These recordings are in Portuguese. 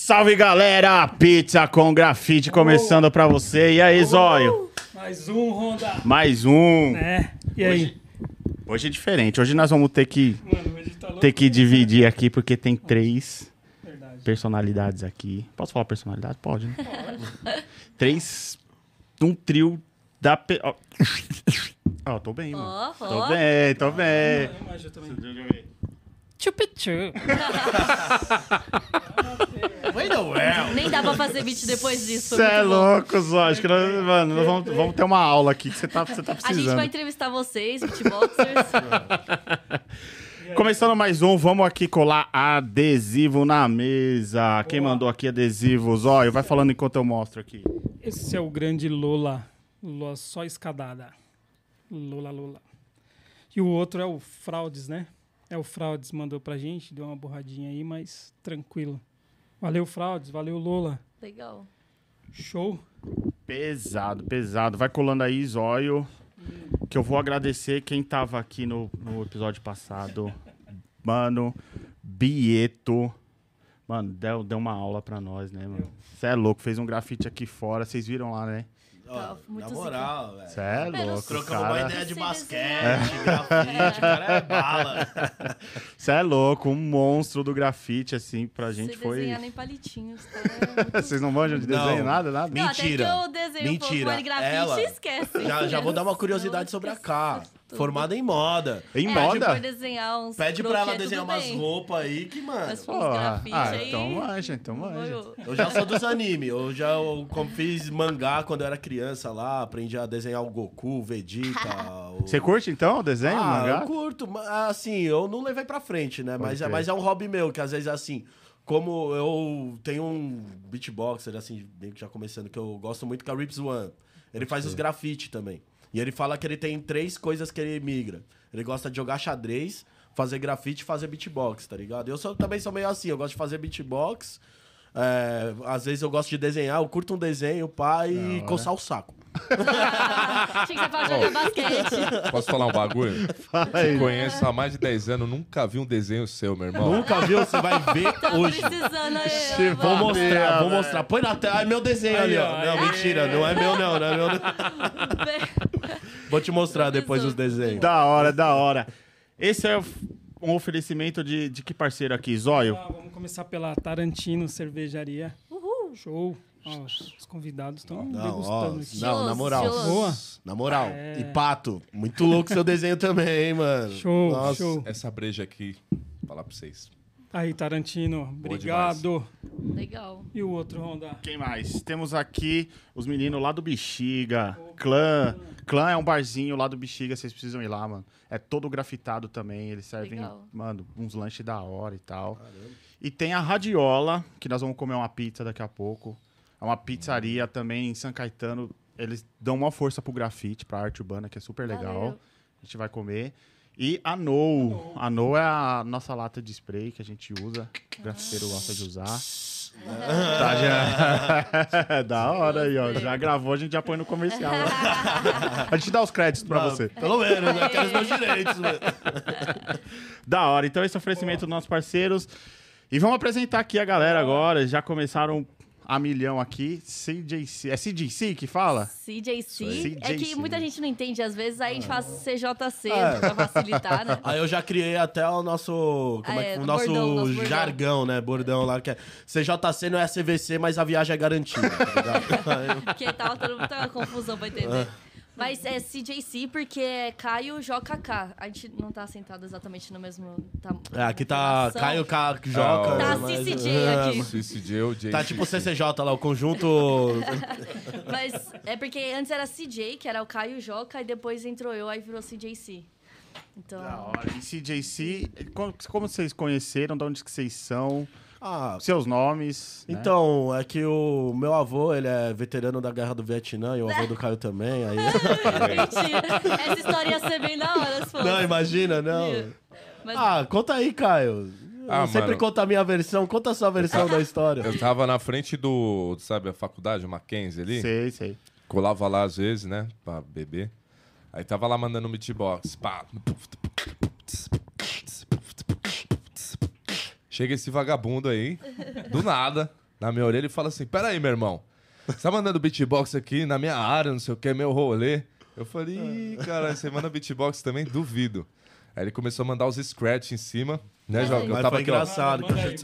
Salve, galera! Pizza com grafite começando pra você. E aí, Zóio? Mais um, Honda. Mais um. É, e aí? Hoje é diferente. Hoje nós vamos ter que Mano, hoje tá dividir aqui, porque tem três Verdade. personalidades aqui. Posso falar personalidade? Pode, né? Três... Um trio da... Ó, tô bem, mano. Tô bem, tô bem. Eu manjo também. Deixa eu ver. Chupichu. Nem dá pra fazer beat depois disso. Você é louco, Zó. Acho que nós vamos ter uma aula aqui que você tá A gente precisando. vai entrevistar vocês, beatboxers. Começando mais um, vamos aqui colar adesivo na mesa. Quem mandou aqui adesivo? Zóio, vai falando enquanto eu mostro aqui. Esse é o grande Lola. Lola só escadada. Lola. E o outro é o Fraudes, né? O Fraudes mandou pra gente, deu uma borradinha aí, mas tranquilo. Valeu, Fraudes. Valeu, Lola. Legal. Show. Pesado, pesado. Vai colando aí, Zóio. Que eu vou agradecer quem tava aqui no episódio passado. Mano, Bieto. Mano, deu uma aula pra nós, né, mano? Você é louco, fez um grafite aqui fora. Vocês viram lá, né? Tá, muito Na moral, velho. Você é Menos louco, Trocamos uma cara. ideia de Você basquete, grafite, o cara é bala. Você é louco, um monstro do grafite, assim, pra gente Você foi... desenhar nem palitinhos, tá? É muito... Vocês não manjam de desenho, Não. nada? Não, Mentira. até que eu desenho um pouco mais grafite, Ela- esquece. Já vou dar uma curiosidade sobre a K. Formada em moda. Em Se moda? for desenhar uns Pede pra ela croquis, desenhar tudo umas bem. roupas aí que, mano... Mas for uns Porra. grafite aí... Então manja. Eu já sou dos animes. Eu fiz mangá quando eu era criança lá. Aprendi a desenhar o Goku, o Vegeta. Você curte, então, o desenho, o mangá? Eu curto. Assim, eu não levei pra frente, né? Pode crer. Mas é um hobby meu, que às vezes, assim... Como eu tenho um beatboxer, assim, bem que já começando, que eu gosto muito, que é o Rips One. Ele faz os grafite também. E ele fala que ele tem 3 coisas que ele migra. Ele gosta de jogar xadrez, fazer grafite e fazer beatbox, tá ligado? Também sou meio assim, eu gosto de fazer beatbox. Às vezes eu gosto de desenhar, eu curto um desenho, pá, e coçar o saco. Achei que você fala jogar basquete. Posso falar um bagulho? Fala aí. Te conheço há mais de 10 anos, nunca vi um desenho seu, meu irmão. Nunca viu? Você vai ver Tá hoje. precisando aí. Vou mano. mostrar, vou velho. mostrar. Põe na tela. É meu desenho ali, ó. Não, mentira, não é meu, não. Não é meu, não. Vou te mostrar depois os desenhos. Da hora. Esse é um oferecimento de que parceiro aqui, Zóio? Vamos começar pela Tarantino Cervejaria. Uhul. Show. Ó, os convidados estão Não, degustando aqui. não, na moral. Estiloso. Boa. Na moral. E Pato, muito louco seu desenho também, hein, mano. Show, Nossa. show. Essa breja aqui, vou falar pra vocês. Aí, Tarantino, obrigado. Legal. E o outro, Honda? Quem mais? Temos aqui os meninos lá do Bexiga. Clã. Clã é um barzinho lá do Bexiga, vocês precisam ir lá, mano. É todo grafitado também. Eles servem, Legal. mano, uns lanches da hora e tal. E tem a Radiola, que nós vamos comer uma pizza daqui a pouco. É uma pizzaria também em São Caetano. Eles dão uma força pro grafite, pra arte urbana, que é super legal. Valeu. A gente vai comer. E a No. A No é a nossa lata de spray que a gente usa. O grafiteiro gosta de usar. Tá, já... da hora aí, ó. Já gravou, a gente já põe no comercial. Né? A gente dá os créditos pra você. Pelo menos, né? Quero os meus direitos, né? Da hora. Então, esse oferecimento dos nossos parceiros. E vamos apresentar aqui a galera agora. Já começaram a milhão aqui. CJC. É CJC que fala? CJC. É CJC. que muita gente não entende, às vezes, aí a gente faz CJC É. pra facilitar, né? Aí eu já criei até o nosso. O nosso bordão, nosso bordão. jargão, né? Bordão lá, que é CJC não é CVC, mas a viagem é garantida, tá ligado? Porque tava toda muita confusão pra entender. Mas é CJC porque é Caio JK. A gente não tá sentado exatamente no mesmo... Aqui tá formação. Caio Joca. Tá mas- CCJ aqui. CCJ ou JCC. Tá tipo CCJ lá, o conjunto. Mas é porque antes era CJ, que era o Caio Joca, e depois entrou eu, aí virou CJC. Então... Da hora. E CJC, como vocês conheceram? De onde que vocês são? Ah, Seus nomes? né? então, é que o meu avô, ele é veterano da Guerra do Vietnã e o avô do Caio também. Aí... Mentira. Essa história ia ser bem da hora, se fosse. Não, imagina, não. Mas- Ah, conta aí, Caio. Ah, Eu sempre mano. conto a minha versão. Conta a sua versão da história. Eu tava na frente do, sabe, a faculdade, o Mackenzie ali. Sei. Colava lá às vezes, né, pra beber. Aí tava lá mandando um beatbox. Pá. Chega esse vagabundo aí, do nada. na minha orelha e fala assim, peraí, meu irmão, você tá mandando beatbox aqui na minha área, não sei o que, meu rolê. Eu falei, ih, cara, você manda beatbox também? Duvido. Aí ele começou a mandar os scratch em cima, né, Joga? Eu Mas tava foi aqui, ó. engraçado. que a Manda gente-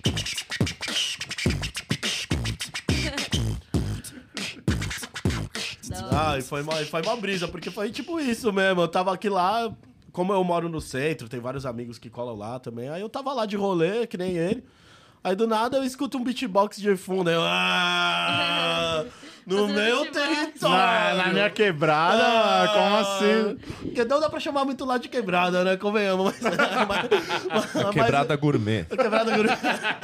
Da Ah, e foi uma brisa, porque foi tipo isso mesmo. Eu tava aqui lá, como eu moro no centro, tem vários amigos que colam lá também. Aí eu tava lá de rolê, que nem ele. Aí do nada eu escuto um beatbox de fundo. Aí eu, no Fazendo meu beatbox. território. Na minha quebrada, como assim? Porque não dá pra chamar muito lá de quebrada, né? Convenhamos. Quebrada gourmet. Quebrada gourmet.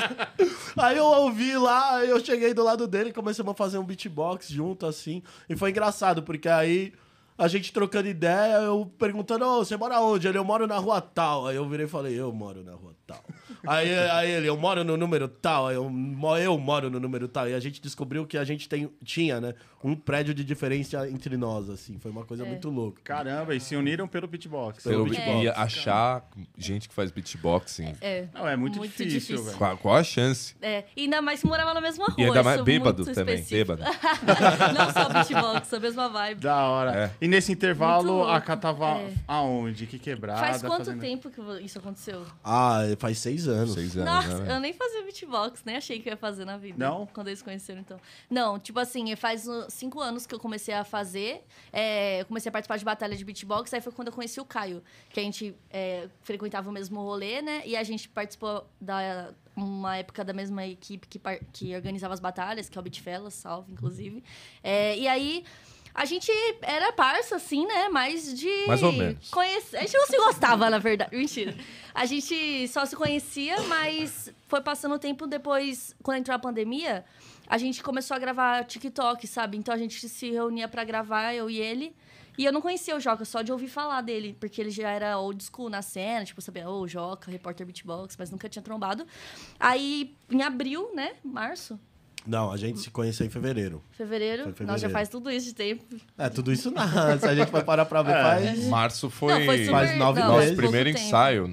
Aí eu ouvi lá, aí eu cheguei do lado dele e comecei a fazer um beatbox junto, assim. E foi engraçado, porque aí a gente trocando ideia, eu perguntando, ô, você mora onde? Ele, eu moro na rua tal. Aí eu virei e falei, eu moro na rua tal. Aí ele, eu moro no número tal. Aí eu moro no número tal. E a gente descobriu que a gente tinha, né, um prédio de diferença entre nós, assim. Foi uma coisa muito louca. Caramba, e se uniram pelo beatbox. Pelo Eu beatbox, ia achar gente que faz beatboxing. Não, é muito, Muito difícil, difícil. velho. Qual a chance? E ainda mais que morava na mesma rua. E ainda mais isso bêbado muito também, específico. bêbado. Não só beatbox, a mesma vibe. Da hora. É. E nesse intervalo, Muito louco. a Cá tava É. aonde? Que quebrada? Faz quanto fazendo- tempo que isso aconteceu? Ah, faz 6 anos. 6 anos, Nossa, né? eu nem fazia beatbox, nem achei que eu ia fazer na vida. Não? Quando eles se conheceram, então. Não, tipo assim, faz 5 anos que eu comecei a fazer. Eu comecei a participar de batalha de beatbox, aí foi quando eu conheci o Caio. Que a gente frequentava o mesmo rolê, né? E a gente participou da uma época da mesma equipe que organizava as batalhas, que é o Beatfellas, salve, inclusive. E aí... A gente era parça, assim, né? Mas de... Mais ou menos. A gente não se gostava, na verdade. Mentira. A gente só se conhecia, mas foi passando o tempo depois, quando entrou a pandemia, a gente começou a gravar TikTok, sabe? Então a gente se reunia pra gravar, eu e ele. E eu não conhecia o Joca, só de ouvir falar dele, porque ele já era old school na cena, tipo, sabia, o Joca, repórter beatbox, mas nunca tinha trombado. Aí, em abril, né? Março? Não, a gente se conheceu em fevereiro. Fevereiro. Foi fevereiro. Nós já faz tudo isso de tempo. Tudo isso nada. Se a gente vai parar pra ver, faz... Março foi, Não, foi super... Faz 9 não, nosso meses. pouco primeiro tempo. ensaio.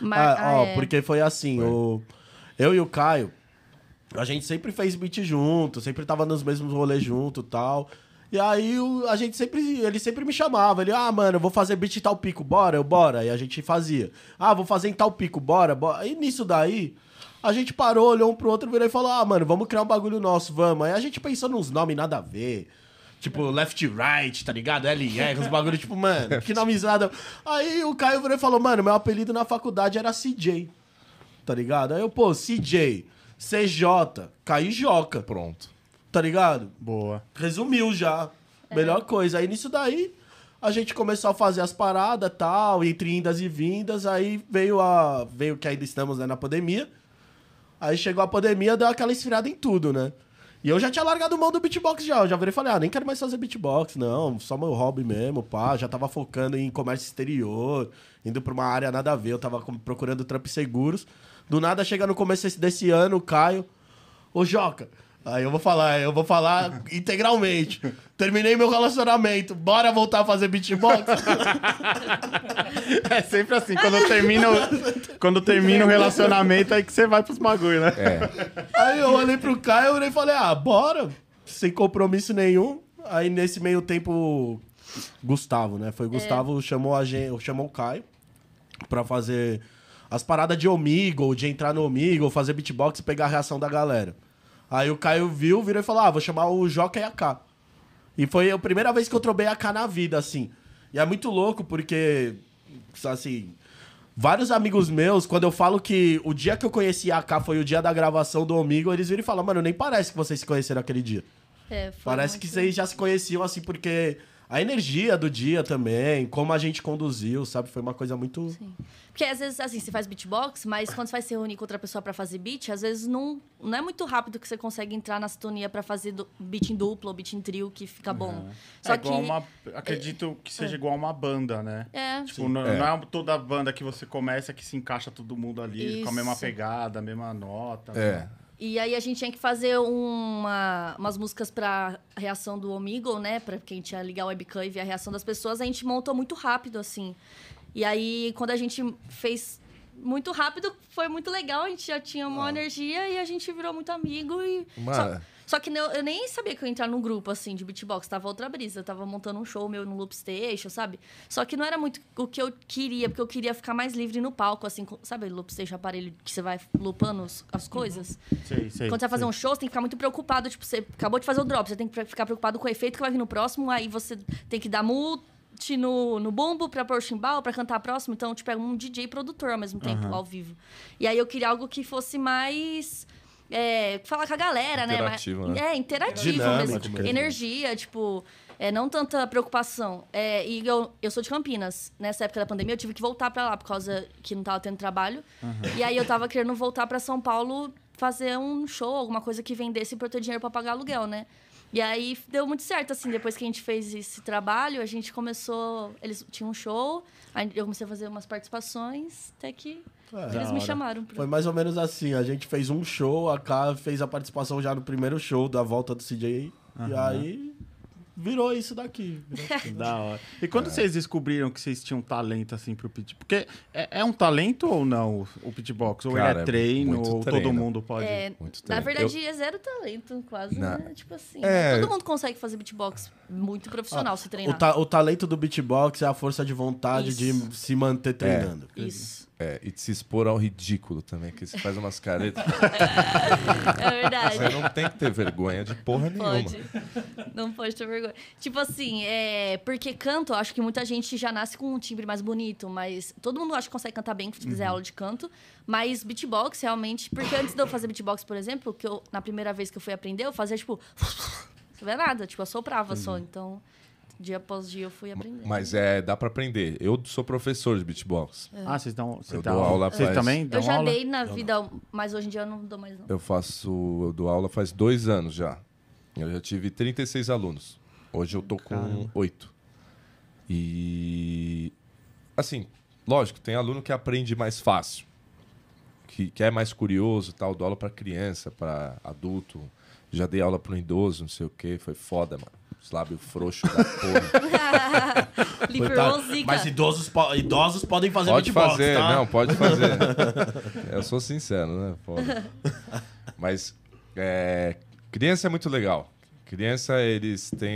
Porque foi assim, eu e o Caio, a gente sempre fez beat junto, sempre tava nos mesmos rolês junto e tal. E aí ele sempre me chamava, ele, mano, eu vou fazer beat em tal pico, bora? Bora. E a gente fazia. Vou fazer em tal pico, bora? E nisso daí, a gente parou, olhou um pro outro, virou e falou, mano, vamos criar um bagulho nosso, vamos. Aí a gente pensou nos nomes nada a ver. Tipo, left right, tá ligado? LR, uns bagulho, tipo, mano, que nomizada. Aí o Caio virou e falou, mano, meu apelido na faculdade era CJ, tá ligado? Aí eu, CJ, CJ, Caio Joca, Pronto. tá ligado? Boa. Resumiu já. Melhor coisa. Aí nisso daí, a gente começou a fazer as paradas e tal, entre indas e vindas. Aí veio que ainda estamos, né, na pandemia. Aí chegou a pandemia, deu aquela esfriada em tudo, né? E eu já tinha largado mão do beatbox já. Eu já virei e falei, nem quero mais fazer beatbox, não. Só meu hobby mesmo, pá. Já tava focando em comércio exterior, indo pra uma área nada a ver. Eu tava procurando trampos seguros. Do nada, chega no começo desse ano, o Caio... Ô, Joca... Aí eu vou falar integralmente. Terminei meu relacionamento, bora voltar a fazer beatbox? É sempre assim, quando termina o relacionamento, aí que você vai pros bagulho, né? Aí eu olhei pro Caio e falei, bora, sem compromisso nenhum. Aí nesse meio tempo, Gustavo, né? Foi o Gustavo, chamou o Caio pra fazer as paradas de Omegle, de entrar no Omegle, fazer beatbox e pegar a reação da galera. Aí o Caio virou e falou, vou chamar o Joca e a K. E foi a primeira vez que eu trombei a K na vida, assim. E é muito louco, porque, assim, vários amigos meus, quando eu falo que o dia que eu conheci a K foi o dia da gravação do Omegle, eles viram e falam, mano, nem parece que vocês se conheceram aquele dia. Foi Parece muito- que vocês já se conheciam, assim, porque a energia do dia também, como a gente conduziu, sabe? Foi uma coisa muito... Sim. Porque às vezes, assim, você faz beatbox, mas quando você vai se reunir com outra pessoa pra fazer beat, às vezes não é muito rápido que você consegue entrar na sintonia pra fazer beat em duplo ou beat em trio, que fica bom. Só que... Acredito que seja igual a uma banda, né? Tipo, não é toda banda que você começa que se encaixa todo mundo ali com a mesma Isso. pegada, a mesma nota. E aí a gente tinha que fazer umas músicas pra reação do Omegle, né? Pra quem tinha ligar o webcam e ver a reação das pessoas. A gente montou muito rápido, assim. E aí, quando a gente fez muito rápido, foi muito legal, a gente já tinha uma energia e a gente virou muito amigo e... Só que eu nem sabia que eu ia entrar num grupo, assim, de beatbox. Tava outra brisa. Eu tava montando um show meu no Loop Station, sabe? Só que não era muito o que eu queria, porque eu queria ficar mais livre no palco, assim. Sabe o Loop Station, aparelho que você vai loopando as coisas? Sei. Quando você vai fazer um show, você tem que ficar muito preocupado. Tipo, você acabou de fazer o drop, você tem que ficar preocupado com o efeito que vai vir no próximo. Aí você tem que dar mute no bumbo pra pôr o chimbal, pra cantar a próxima. Então, tipo, é um DJ produtor ao mesmo tempo, ao vivo. E aí eu queria algo que fosse mais... falar com a galera, interativo, né? né? Interativo Dinâmico mesmo. mesmo. Energia, tipo... não tanta preocupação. E eu sou de Campinas. Nessa época da pandemia, eu tive que voltar pra lá, por causa que não tava tendo trabalho. E aí eu tava querendo voltar pra São Paulo, fazer um show, alguma coisa que vendesse pra eu ter dinheiro pra pagar aluguel, né? E aí deu muito certo, assim. Depois que a gente fez esse trabalho, a gente começou... Eles tinham um show, aí eu comecei a fazer umas participações, até que eles me chamaram. Foi mais ou menos assim. A gente fez um show, a Ká fez a participação já no primeiro show da volta do CJ. E aí virou isso daqui. Da hora. E quando vocês descobriram que vocês tinham talento, assim, pro pitch... Porque é um talento ou não, o pitbox? Ou Cara, ele é treino, muito ou treino. todo mundo pode... Muito Na treino. verdade, é zero talento, quase, né? Tipo assim, É. todo mundo consegue fazer beatbox muito profissional se treinar. O talento do beatbox é a força de vontade de se manter treinando. Isso. E de se expor ao ridículo também, que você faz umas caretas. É verdade. Você não tem que ter vergonha de porra nenhuma. Pode. Não pode ter vergonha. Tipo assim, porque canto, acho que muita gente já nasce com um timbre mais bonito, mas todo mundo acho que consegue cantar bem se fizer aula de canto. Mas beatbox, realmente... Porque antes de eu fazer beatbox, por exemplo, na primeira vez que eu fui aprender, eu fazia, tipo... Não é nada, tipo, eu soprava só. Então, dia após dia, eu fui aprendendo. Mas dá pra aprender. Eu sou professor de beatbox. Ah, vocês dão... Eu dou aula Vocês faz- também dão Eu já aula? dei na vida, mas hoje em dia eu não dou mais, não. Eu dou aula faz 2 anos já. Eu já tive 36 alunos. Hoje eu tô com 8. E... Assim, lógico, tem aluno que aprende mais fácil. Que é mais curioso, tal. Dou aula pra criança, pra adulto. Já dei aula pro idoso, não sei o quê. Foi foda, mano. Os lábios frouxos da porra. Liferou zica. Mas idosos podem fazer Pode beatbox, fazer, tá? não, pode fazer. Eu sou sincero, né? Foda. Mas criança é muito legal. Criança, eles têm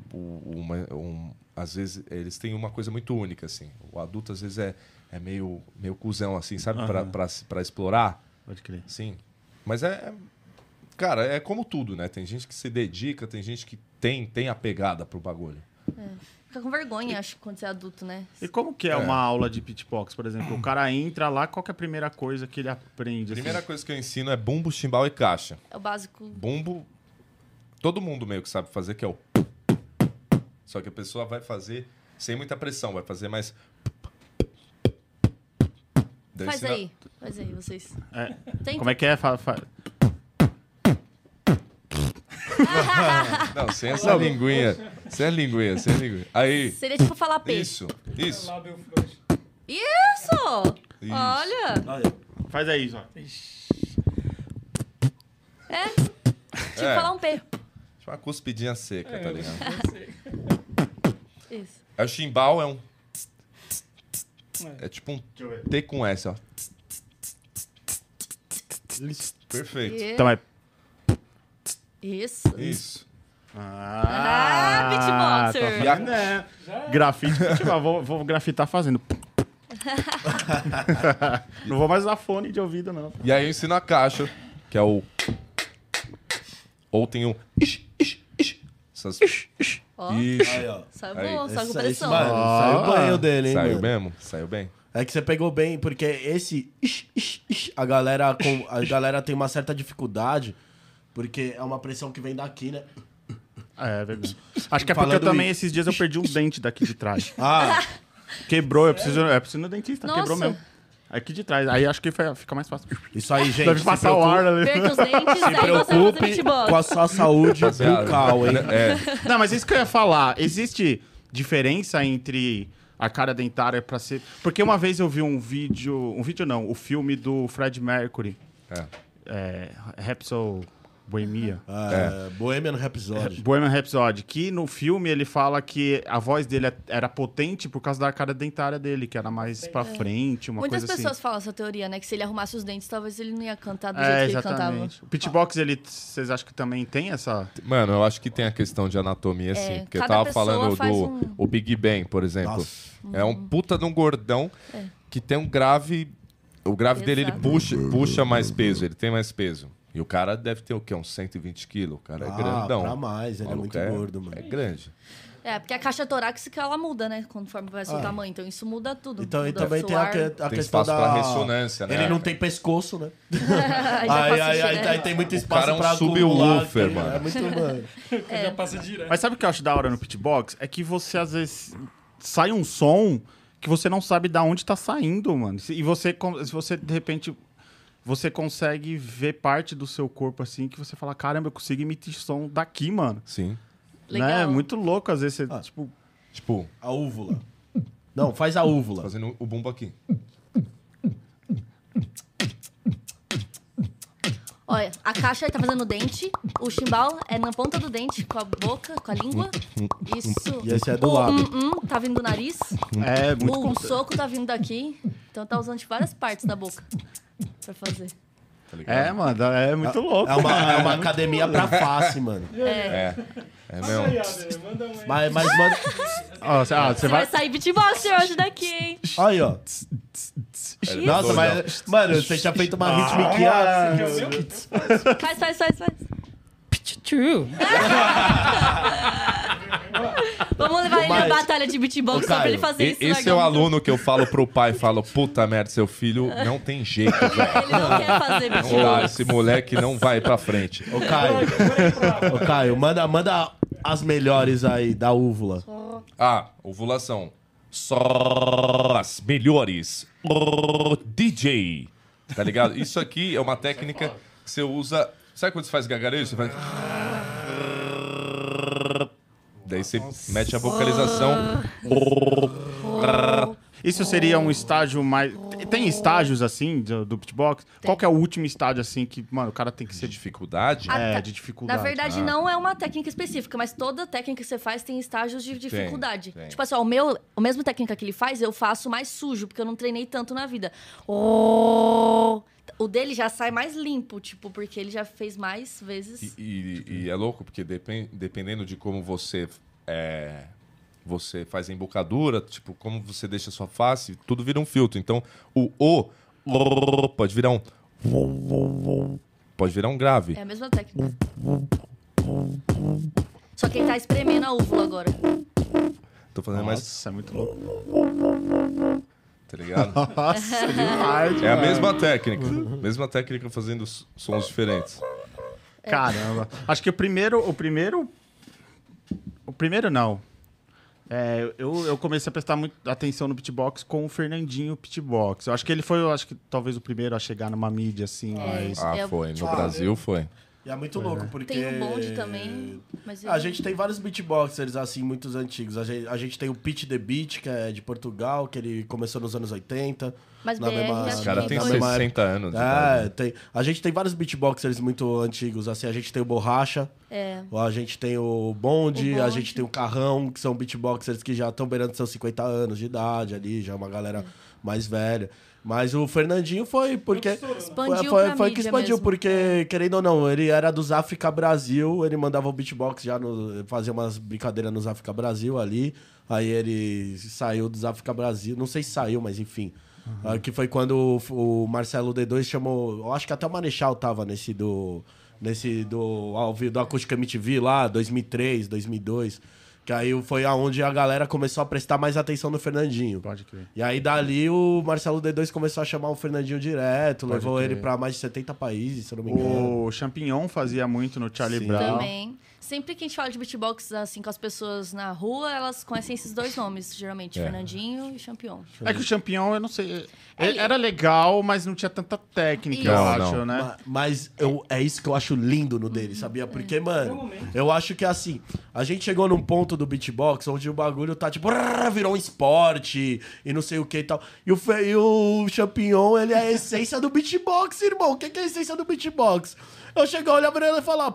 às vezes, eles têm uma coisa muito única, assim. O adulto, às vezes, é meio cuzão, assim, sabe? Pra explorar. Pode crer. Sim. Mas cara, é como tudo, né? Tem gente que se dedica, tem gente que tem a pegada pro bagulho. Fica com vergonha, acho, quando você é adulto, né? E como que é uma aula de pitbox, por exemplo? O cara entra lá, qual que é a primeira coisa que ele aprende? A primeira assim? coisa que eu ensino é bumbo, chimbal e caixa. É o básico. Bumbo, todo mundo meio que sabe fazer, que é o... Só que a pessoa vai fazer sem muita pressão, vai fazer mais... Daí Faz ensina- aí, vocês. Tenta. Como é que é? Não, sem essa linguinha. Sem a linguinha. Aí, Seria tipo falar P. isso. Lábio frouxo. Isso! Isso. Olha! Aí. Faz aí, Zó. Tipo falar um P. Tipo uma cuspidinha seca, tá ligado? Isso. Aí o chimbal é um... É. É tipo um Deixa eu ver. T com S, ó. Perfeito. Então é... Isso. Isso. Beatboxer. Tá vendo? Grafite, vou grafitar fazendo. Não vou mais usar fone de ouvido, não. E aí eu ensino a caixa, que é o... Ou tem o... Essas... Ó, Isso. Aí, ó. saiu Aí. bom, saiu com Esse pressão. mano, saiu o banho dele, hein, Saiu mano? mesmo? Saiu bem? É que você pegou bem, porque a galera tem uma certa dificuldade, porque é uma pressão que vem daqui, né? É verdade. Acho que é porque Falando eu também, esses dias, eu perdi um dente daqui de trás. Ah, Quebrou, eu preciso ir no dentista. Nossa. Quebrou mesmo. Aqui de trás. Aí acho que fica mais fácil. isso aí, gente. Deve se passar o ar ali. Perca os dentes, aí você vai fazer preocupe beatbox. com a sua saúde Rapaziada, bucal, hein? Não, mas isso que eu ia falar. Existe diferença entre a cara dentária pra ser... Porque uma vez eu vi um vídeo não, o filme do Fred Mercury. Rhapsody Boemia. Bohemian Rhapsody. Bohemian Rhapsody, que no filme ele fala que a voz dele era potente por causa da cara dentária dele, que era mais pra frente, uma Muitas coisa pessoas assim. falam essa teoria, né? Que se ele arrumasse os dentes, talvez ele não ia cantar do jeito que ele cantava. Exatamente. O Pitbox, vocês acham que também tem essa... Mano, eu acho que tem a questão de anatomia, sim. Porque eu cada tava pessoa falando faz o Big Ben, por exemplo. Nossa. É um puta de um gordão que tem um grave... O grave dele, ele Exato. puxa mais peso, ele tem mais peso. E o cara deve ter o quê? Uns 120 quilos. O cara é grandão. Pra mais, ele é Maluco muito gordo, mano. É grande. Porque a caixa torácica, ela muda, né? Conforme vai seu tamanho. Então isso muda tudo. Então, e muda também o tem a ar. questão espaço da... pra ressonância, né? Ele não tem pescoço, né? Aí já passa o cheiro, né? Aí tem muito espaço cara é um pra subwoofer, acumular, mano. É muito, mano. Já passa direto. Mas sabe o que eu acho da hora no Pitbox? É que você, às vezes, sai um som que você não sabe de onde tá saindo, mano. E você, se você, de repente... Você consegue ver parte do seu corpo assim que você fala, caramba, eu consigo emitir som daqui, mano. Sim. Legal. Né? É muito louco, às vezes você, tipo... Tipo, A úvula. Não, faz a úvula. fazendo o bumbo aqui. Olha, a caixa tá fazendo o dente, o chimbal é na ponta do dente, com a boca, com a língua. Isso. E esse é do lado. Tá vindo do nariz. É muito... O soco tá vindo daqui. Então tá usando de várias partes da boca pra fazer. Tá ligado? É, mano, é muito louco. É uma academia pra face, mano. É mesmo. Aí, Abel, manda um aí. Mas mano... Ó, você Você vai vai... sair beatboxer hoje daqui, hein? Aí, ó. Ele Nossa, doidão. mas... Mano, você tinha feito uma ritmiquinha... Faz. True. Vamos levar ele Mas- na batalha de beatbox Ô, só pra Caio, ele fazer isso. Esse é largar o um- aluno que eu falo pro pai, falo, puta merda, seu filho não tem jeito, velho. Ele não quer fazer Não dá, beatbox. esse moleque não vai pra frente. Ô, Caio, manda as melhores aí da úvula. Ovulação. Só as melhores. DJ. Tá ligado? Isso aqui é uma técnica que você usa... Sabe quando você faz gargarejo? Você faz... Daí você mete a vocalização. Isso seria um estágio mais... Tem estágios, assim, do beatbox? Qual que é o último estágio, assim, que, mano, o cara tem que ser... Dificuldade? de dificuldade. Na verdade, não é uma técnica específica, mas toda técnica que você faz tem estágios de dificuldade. tem. Tipo assim, ó, a mesma técnica que ele faz, eu faço mais sujo, porque eu não treinei tanto na vida. O dele já sai mais limpo, tipo, porque ele já fez mais vezes. E é louco, porque dependendo de como você faz a embocadura, tipo, como você deixa a sua face, tudo vira um filtro. Então, o pode virar um... Pode virar um grave. É a mesma técnica. Só que ele tá espremendo a úvula agora. Tô fazendo mais... Nossa, é muito louco. Tá ligado? Nossa, demais, É a mano. mesma técnica. Mesma técnica fazendo sons diferentes. Caramba. Acho que o primeiro não. Eu comecei a prestar muito atenção no beatbox com o Fernandinho Beatbox. Eu acho que ele foi, talvez o primeiro a chegar numa mídia, assim, mas... Foi. No Brasil foi. E é muito louco, porque... Tem o bonde também. Mas A gente tem vários beatboxers, assim, muitos antigos. A gente tem o Pitch the Beat, que é de Portugal, que ele começou nos anos 80. Mas na BR mesma- já O cara tem na foi. mesma 60 anos. de idade. tem. A gente tem vários beatboxers muito antigos, assim. A gente tem o Borracha, a gente tem o Bonde, O a Bonde. gente tem o Carrão, que são beatboxers que já estão beirando seus 50 anos de idade ali, já é uma galera mais velha. Mas o Fernandinho foi porque... Expandiu foi pra que mídia expandiu, mesmo. porque, querendo ou não, ele era dos África Brasil, ele mandava o beatbox fazia umas brincadeiras nos África Brasil ali, aí ele saiu dos África Brasil, não sei se saiu, mas enfim. Que foi quando o Marcelo D2 chamou, eu acho que até o Marechal tava do Acústica MTV lá, 2003, 2002. Que aí foi aonde a galera começou a prestar mais atenção no Fernandinho. Pode crer. E aí dali o Marcelo D2 começou a chamar o Fernandinho direto, levou crer. ele pra mais de 70 países, se eu não me engano. O Champignon fazia muito no Charlie Sim. Brown. Também. Sempre que a gente fala de beatbox, assim, com as pessoas na rua, elas conhecem esses dois nomes, geralmente, Fernandinho e Champion. É que o Champignon, eu não sei... Ele- Era legal, mas não tinha tanta técnica, eu Isso. acho, Não. né? Mas é isso que eu acho lindo no dele, sabia? Porque, mano, eu acho que assim, a gente chegou num ponto do beatbox onde o bagulho tá tipo, virou um esporte e não sei o que e tal. E o Champignon, ele é a essência do beatbox, irmão. O que é a essência do beatbox? eu chegar, olhar pra ela e falar...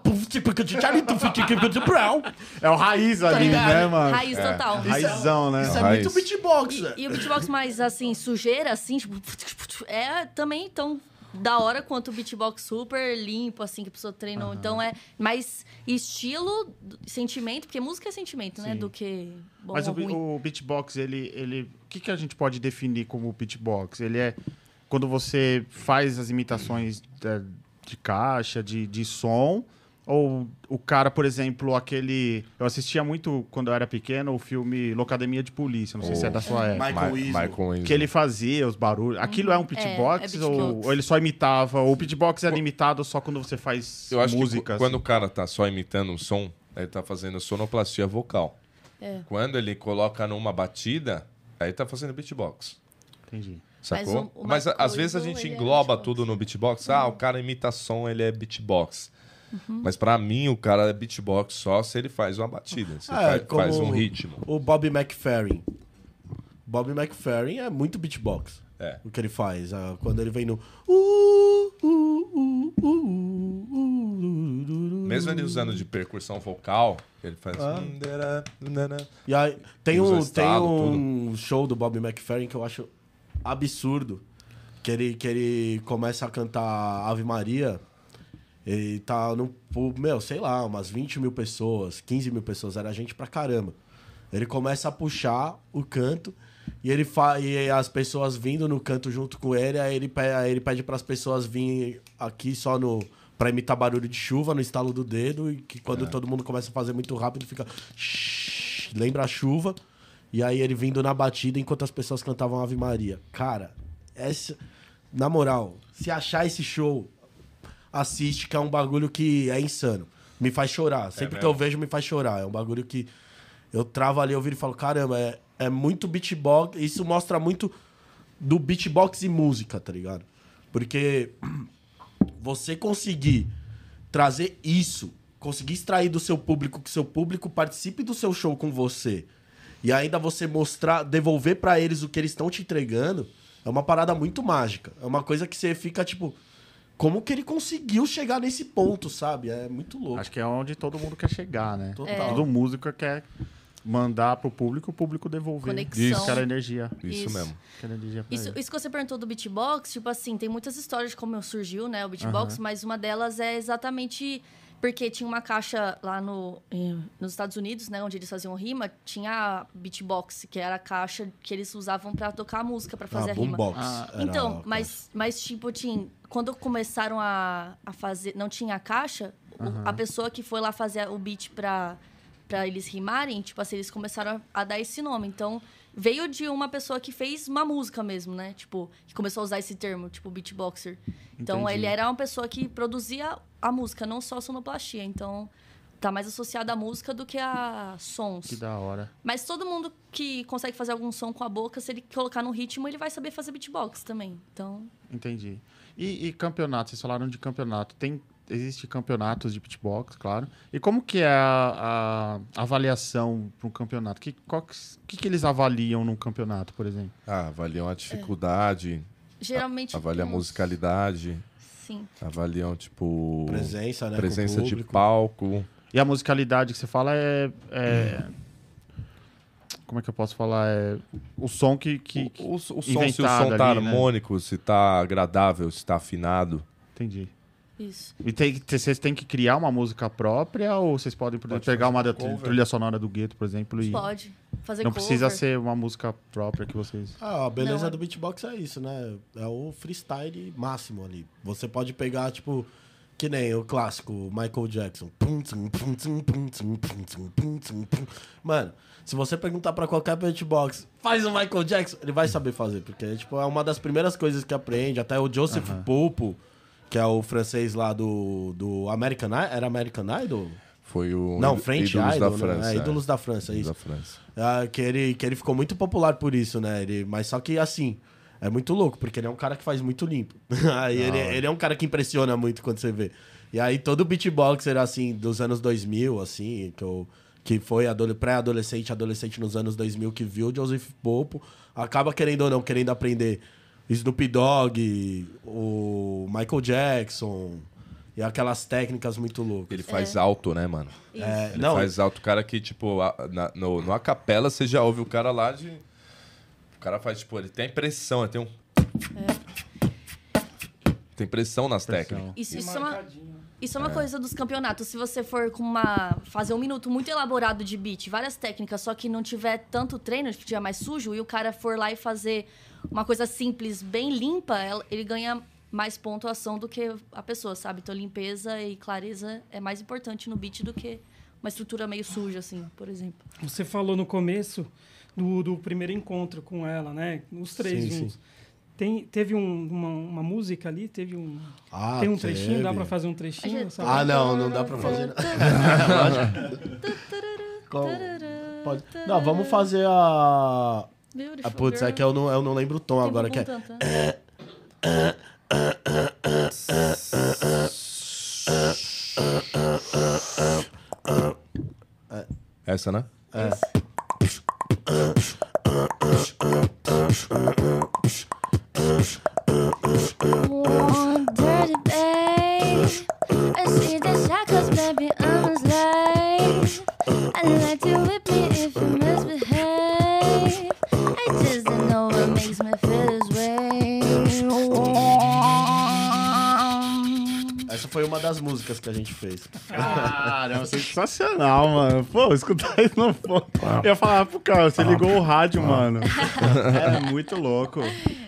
É o raiz ali, ligado? né, mano? Raiz total. Raizão, né? Isso é Raiz. muito beatbox, velho. E o beatbox mais, assim, sujeira, assim, tipo... É também tão da hora quanto o beatbox super limpo, assim, que a pessoa treina. Então é mais estilo, sentimento, porque música é sentimento, né? Sim. Do que bom Mas ou ruim. o beatbox, ele... O que a gente pode definir como beatbox? Ele é quando você faz as imitações de caixa, de som... Ou o cara, por exemplo, aquele... Eu assistia muito, quando eu era pequeno, o filme Locademia de Polícia. Não sei se é da sua época. Michael Weasel. Que ele fazia os barulhos. Aquilo é um beatbox, é beatbox. ou ele só imitava? Ou o beatbox era imitado só quando você faz Eu acho música? que quando assim? o cara tá só imitando um som, ele tá fazendo sonoplastia vocal. É. Quando ele coloca numa batida, aí tá fazendo beatbox. Entendi. Sacou? o Mas Michael às vezes a Weasel, gente ele é engloba beatbox. tudo no beatbox. Ah, o cara imita som, ele é beatbox. Mas pra mim, o cara é beatbox só se ele faz uma batida. Se faz um ritmo. O Bob McFerrin. Bob McFerrin é muito beatbox. É. O que ele faz. Quando ele vem no... Mesmo ele usando de percussão vocal, ele faz... E aí, tem Usa um estalo, show do Bob McFerrin que eu acho absurdo. Que ele começa a cantar Ave Maria. Ele tá no... sei lá, umas 20 mil pessoas, 15 mil pessoas. Era gente pra caramba. Ele começa a puxar o canto e e as pessoas vindo no canto junto com ele. Aí ele pede pras pessoas virem aqui só pra imitar barulho de chuva no estalo do dedo. E que quando todo mundo começa a fazer muito rápido, fica... lembra a chuva. E aí ele vindo na batida enquanto as pessoas cantavam Ave Maria. Cara, na moral, se achar esse show... assiste, que é um bagulho que é insano. Me faz chorar. Sempre que eu vejo, me faz chorar. É um bagulho que eu travo ali, eu viro e falo, caramba, é muito beatbox. Isso mostra muito do beatbox e música, tá ligado? Porque você conseguir trazer isso, conseguir extrair do seu público, que seu público participe do seu show com você, e ainda você mostrar, devolver pra eles o que eles estão te entregando, é uma parada muito mágica. É uma coisa que você fica, tipo... Como que ele conseguiu chegar nesse ponto, sabe? É muito louco. Acho que é onde todo mundo quer chegar, né? Total. Todo músico quer mandar pro público, o público devolver. Conexão. Aquela energia. Isso mesmo. Aquela energia pra Isso, ele. isso que você perguntou do beatbox, tipo assim, tem muitas histórias de como surgiu, né, o beatbox, mas uma delas é exatamente porque tinha uma caixa lá nos Estados Unidos, né, onde eles faziam rima, tinha a beatbox, que era a caixa que eles usavam pra tocar a música, pra fazer a rima. Boombox. era Então, a mas tipo, quando começaram a fazer, não tinha a caixa, a pessoa que foi lá fazer o beat pra eles rimarem, tipo assim, eles começaram a dar esse nome. Então, veio de uma pessoa que fez uma música mesmo, né? Tipo, que começou a usar esse termo, tipo, beatboxer. Então, Entendi. ele era uma pessoa que produzia a música, não só sonoplastia. Então, tá mais associado à música do que a sons. Que da hora. Mas todo mundo que consegue fazer algum som com a boca, se ele colocar no ritmo, ele vai saber fazer beatbox também. Então, Entendi. E campeonato? Vocês falaram de campeonato. Existe campeonatos de beatbox, claro. E como que é a avaliação para um campeonato? O que eles avaliam num campeonato, por exemplo? Avaliam a dificuldade, geralmente... avaliam a tem uns- musicalidade, Sim. avaliam, tipo... Presença, né? presença com o de público. palco. E a musicalidade que você fala como é que eu posso falar? É o som que O som, se o inventado som tá ali, né? harmônico, se tá agradável, se tá afinado. Entendi. Isso. E vocês têm que criar uma música própria ou vocês podem, por exemplo, Pode pegar fazer uma da cover. trilha sonora do Gueto, por exemplo, e Pode fazer não cover. precisa ser uma música própria que vocês... A beleza Não, do beatbox é isso, né? É o freestyle máximo ali. Você pode pegar, tipo, que nem o clássico Michael Jackson. Mano, se você perguntar pra qualquer beatbox, faz o Michael Jackson, ele vai saber fazer, porque tipo, é uma das primeiras coisas que aprende. Até o Joseph Popo, que é o francês lá do American Idol. Era American Idol? Foi o Não, French Ídolos Idol, da né? França. Ídolos da França, Ídolos isso. da França. Que ele ficou muito popular por isso, né? Mas só que, assim, é muito louco, porque ele é um cara que faz muito limpo. Aí ele é um cara que impressiona muito quando você vê. E aí todo beatboxer, assim, dos anos 2000, assim, que foi pré-adolescente, adolescente nos anos 2000, que viu o Joseph Popo, acaba querendo ou não, querendo aprender Snoop Dogg, o Michael Jackson, E aquelas técnicas muito loucas. Ele faz alto, né, mano? Isso. Ele faz alto. O cara que, tipo, no acapela, você já ouve o cara lá de... O cara faz, tipo, ele tem pressão, ele tem um... Tem pressão nas técnicas. Isso é uma coisa dos campeonatos. Se você for fazer um minuto muito elaborado de beat, várias técnicas, só que não tiver tanto treino, que tiver mais sujo, e o cara for lá e fazer uma coisa simples, bem limpa, ele ganha mais pontuação do que a pessoa, sabe? Então, limpeza e clareza é mais importante no beat do que uma estrutura meio suja, assim, por exemplo. Você falou no começo do primeiro encontro com ela, né? Os três juntos. Sim. Teve uma música ali? Tem um trechinho? teve. Dá pra fazer um trechinho? Sabe? Ah, não dá pra fazer. Pode. Não, vamos fazer a... Putz, é que eu não lembro o tom agora. Que é... Essa, né? One dirty day, I see the shackles, baby, I'm a slave. I'd like to whip me if you misbehave. I just don't know what makes me feel this way. Essa foi uma das músicas que a gente fez. Caramba, sensacional, mano. Pô, escutar isso não foi. Eu ia falar pro cara, você ligou o rádio, mano. É muito louco.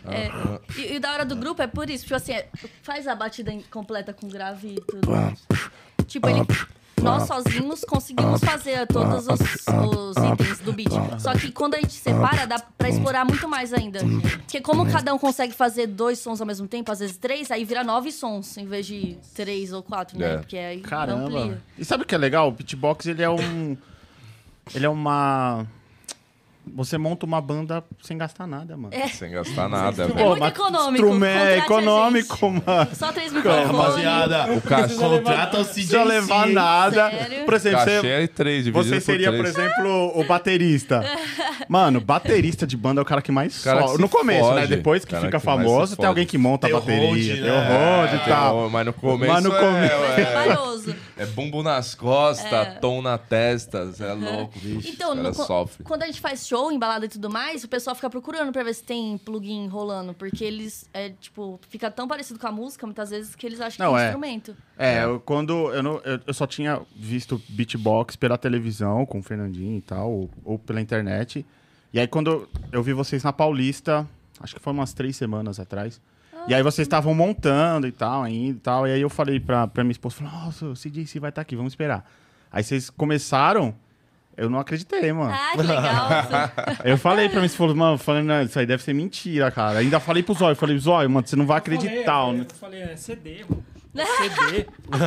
E o da hora do grupo é por isso. Tipo assim, faz a batida completa com grave e tudo. Tipo, nós sozinhos conseguimos fazer todos os itens do beat. Só que quando a gente separa, dá pra explorar muito mais ainda. Porque como cada um consegue fazer 2 sons ao mesmo tempo, às vezes 3, aí vira 9 sons, em vez de 3 ou 4, né? Porque aí Caramba. amplia. E sabe o que é legal? O beatbox, ele é uma... Você monta uma banda sem gastar nada, mano. Sem gastar nada, É velho. muito econômico. É Contrate a econômico, gente. mano. Só 3 microfones. Rapaziada, O cachê, contrata o Não precisa levar nada. Sério? Por exemplo, cachê é 3, dividido você seria, por por 3. exemplo, o baterista. Mano, baterista de banda é o cara que mais Cara que sobe. se No começo, fode. né? Depois que Cara fica que mais se famoso, tem fode. alguém que monta a Tem o bateria. hold, Tem né? o hold e tal. Mas no começo Mas no começo- É trabalhoso. é bumbo nas costas, tom na testa, você é louco, bicho. Então, o cara sofre. quando a gente faz show, embalada e tudo mais, o pessoal fica procurando pra ver se tem plugin rolando. Porque eles, fica tão parecido com a música, muitas vezes, que eles acham Não, que é é. um instrumento. Eu só tinha visto beatbox pela televisão, com o Fernandinho e tal, ou pela internet. E aí, quando eu vi vocês na Paulista, acho que foi umas 3 semanas atrás. E aí vocês estavam montando e tal, ainda e tal. E aí eu falei pra minha esposa, nossa, o CJC vai estar aqui, vamos esperar. Aí vocês começaram, eu não acreditei, mano. Ah, que legal. Aí eu falei pra minha esposa, mano, não, isso aí deve ser mentira, cara. Ainda falei pro Zóio, Zóio, mano, você não vai acreditar. Eu falei, é CD, mano. CD.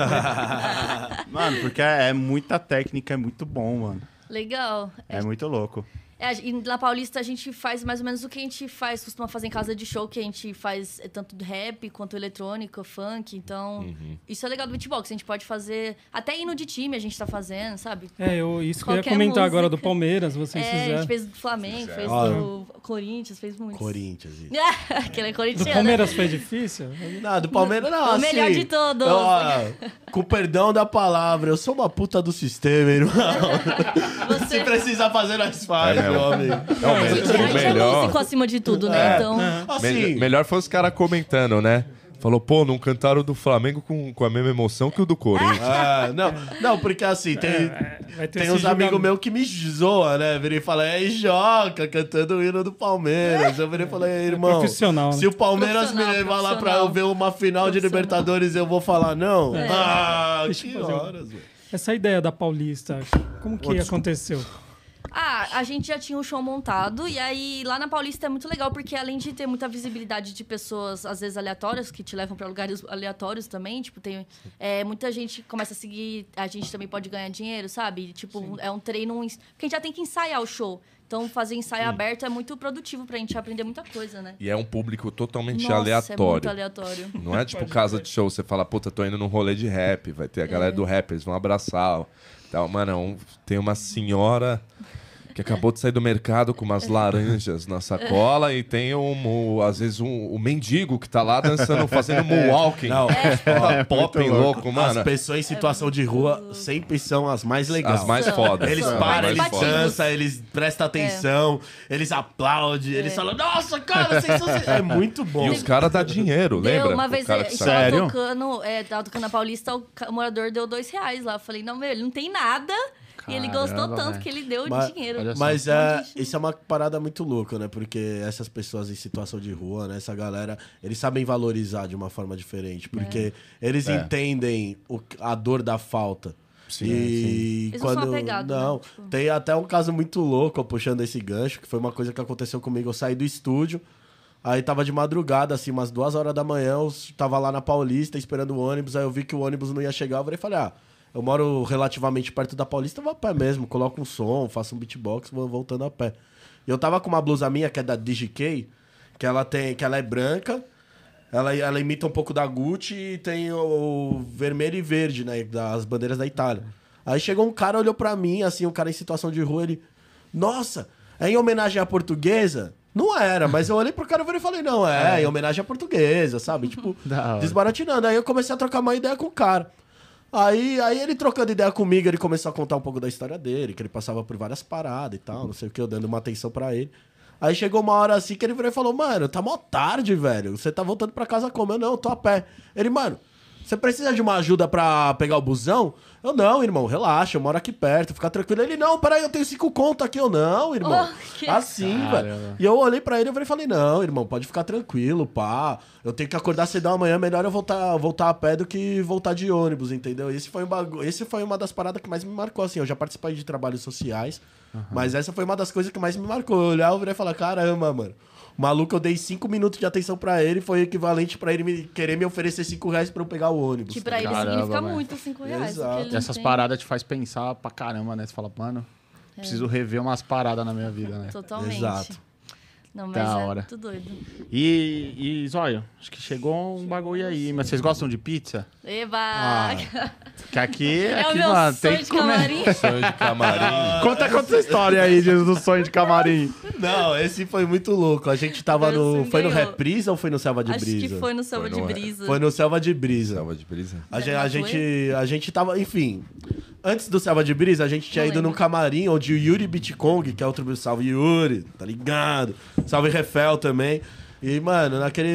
Mano, porque é muita técnica, é muito bom, mano. Legal. É muito louco. E na Paulista a gente faz mais ou menos o que a gente costuma fazer em casa de show, que a gente faz tanto rap quanto eletrônico, funk. Então, isso é legal do beatbox. A gente pode fazer até hino de time, a gente tá fazendo, sabe? Isso que eu ia Qualquer comentar agora do música. Palmeiras, vocês A gente fizeram. fez do Flamengo, fez Ó. do Corinthians, fez muito. Corinthians, isso. Aquele é Do corintiano. Palmeiras foi difícil? Não, do Palmeiras não, O assim, melhor de todos. Com perdão da palavra, eu sou uma puta do sistema, irmão. Se precisar fazer, nós faz, É mesmo. meu amigo. Não, A gente é melhor. músico acima de tudo, né? Então, Assim, Melhor foi os caras comentando, né? Falou, pô, não cantaram do Flamengo com a mesma emoção que o do Corinthians. não, porque assim, Vai ter tem esse uns amigos julgamento. meus que me zoam, né? Virei e falei, é Joca cantando o hino do Palmeiras. Eu virei e falei, irmão, profissional, né? se o Palmeiras me Profissional, levar lá pra profissional. eu ver uma final de Libertadores, eu vou falar não? Ah, Deixa eu que fazer horas, velho. Essa ideia da Paulista, como que aconteceu? a gente já tinha o show montado, e aí lá na Paulista é muito legal, porque além de ter muita visibilidade de pessoas, às vezes aleatórias, que te levam pra lugares aleatórios também, tipo, tem muita gente começa a seguir, a gente também pode ganhar dinheiro, sabe? Tipo, é um treino, porque a gente já tem que ensaiar o show. Então, fazer ensaio aberto é muito produtivo pra gente aprender muita coisa, né? E é um público totalmente Nossa, é aleatório. muito aleatório. Não é tipo casa de show, você fala, puta, tô indo num rolê de rap, vai ter a galera do rap, eles vão abraçar. Tal. Mano, tem uma senhora que acabou de sair do mercado com umas laranjas na sacola e tem às vezes o mendigo que tá lá dançando, fazendo moonwalking. Não, Pop louco, mano. as pessoas em situação de rua sempre são as mais legais. As mais fodas. Eles As param, mais eles fodas. dançam, eles prestam atenção, eles aplaudem, eles falam, nossa, cara, vocês são... É muito bom. E os caras dão dinheiro, lembra? Uma O vez cara a que gente sai- Sério? tava tocando na Paulista, o morador deu R$2 lá. Eu falei, não, meu, ele não tem nada. E ele gostou Caramba, tanto velho. que ele deu Mas- dinheiro. olha só. Mas Um monte de gente. isso é uma parada muito louca, né? Porque essas pessoas em situação de rua, né? Essa galera, eles sabem valorizar de uma forma diferente. Porque eles entendem a dor da falta. Sim, E Eles não são quando apegados, não, né? Tipo- tem até um caso muito louco, ó, puxando esse gancho, que foi uma coisa que aconteceu comigo. Eu saí do estúdio, aí tava de madrugada, assim, umas 2 horas da manhã, eu tava lá na Paulista esperando o ônibus, aí eu vi que o ônibus não ia chegar, eu falei, eu moro relativamente perto da Paulista, eu vou a pé mesmo, coloco um som, faço um beatbox, vou voltando a pé. E eu tava com uma blusa minha, que é da DGK, que ela é branca, ela imita um pouco da Gucci e tem o vermelho e verde, né? Das bandeiras da Itália. Aí chegou um cara, olhou pra mim, assim, um cara em situação de rua, ele... Nossa, é em homenagem à portuguesa? Não era, mas eu olhei pro cara e falei, não, em homenagem à portuguesa, sabe? Tipo, Da hora. desbaratinando. Aí eu comecei a trocar uma ideia com o cara. Aí ele trocando ideia comigo, ele começou a contar um pouco da história dele, que ele passava por várias paradas e tal, não sei o que, eu dando uma atenção pra ele. Aí chegou uma hora assim que ele virou e falou, mano, tá mó tarde, velho. Você tá voltando pra casa como? Eu não, tô a pé. Ele, mano, você precisa de uma ajuda pra pegar o busão? Eu, não, irmão, relaxa, eu moro aqui perto, fica tranquilo. Ele, não, peraí, eu tenho 5 conto aqui. Eu, não, irmão. Que- Assim, Caramba. velho. E eu olhei pra ele e falei, não, irmão, pode ficar tranquilo, pá. Eu tenho que acordar cedão amanhã, melhor eu voltar a pé do que voltar de ônibus, entendeu? Esse foi uma das paradas que mais me marcou, assim. Eu já participei de trabalhos sociais, mas essa foi uma das coisas que mais me marcou. Eu olhar, eu virei e falar, caramba, mano. O maluco, eu dei 5 minutos de atenção pra ele, foi equivalente pra ele querer me oferecer R$5 pra eu pegar o ônibus. Que tá pra ele Caramba, significa velho. muito R$5. Exato. porque ele E essas não tem. paradas te faz pensar pra caramba, né? Você fala, mano, preciso rever umas paradas na minha vida, né? Totalmente. Exato. Não, mas Da é hora. muito doido. E Zóio, acho que chegou um bagulho aí, mas vocês gostam de pizza? Eba! Que aqui, é o aqui meu mano, sonho tem de que comer. camarim. Sonho de camarim. Conta essa história aí do sonho de camarim. Não, esse foi muito louco. A gente tava Deus, Foi no ganhou. Reprisa ou foi no Selva de Acho Brisa? que foi no Selva Foi de no- Brisa. Foi no Selva de Brisa. Selva de brisa. A gente tava, enfim. Antes do Selva de Brisa, a gente tinha Não ido lembro. num camarim onde o Yuri Bitcong, que é outro salve Yuri, tá ligado? Salve Refel também. E, mano,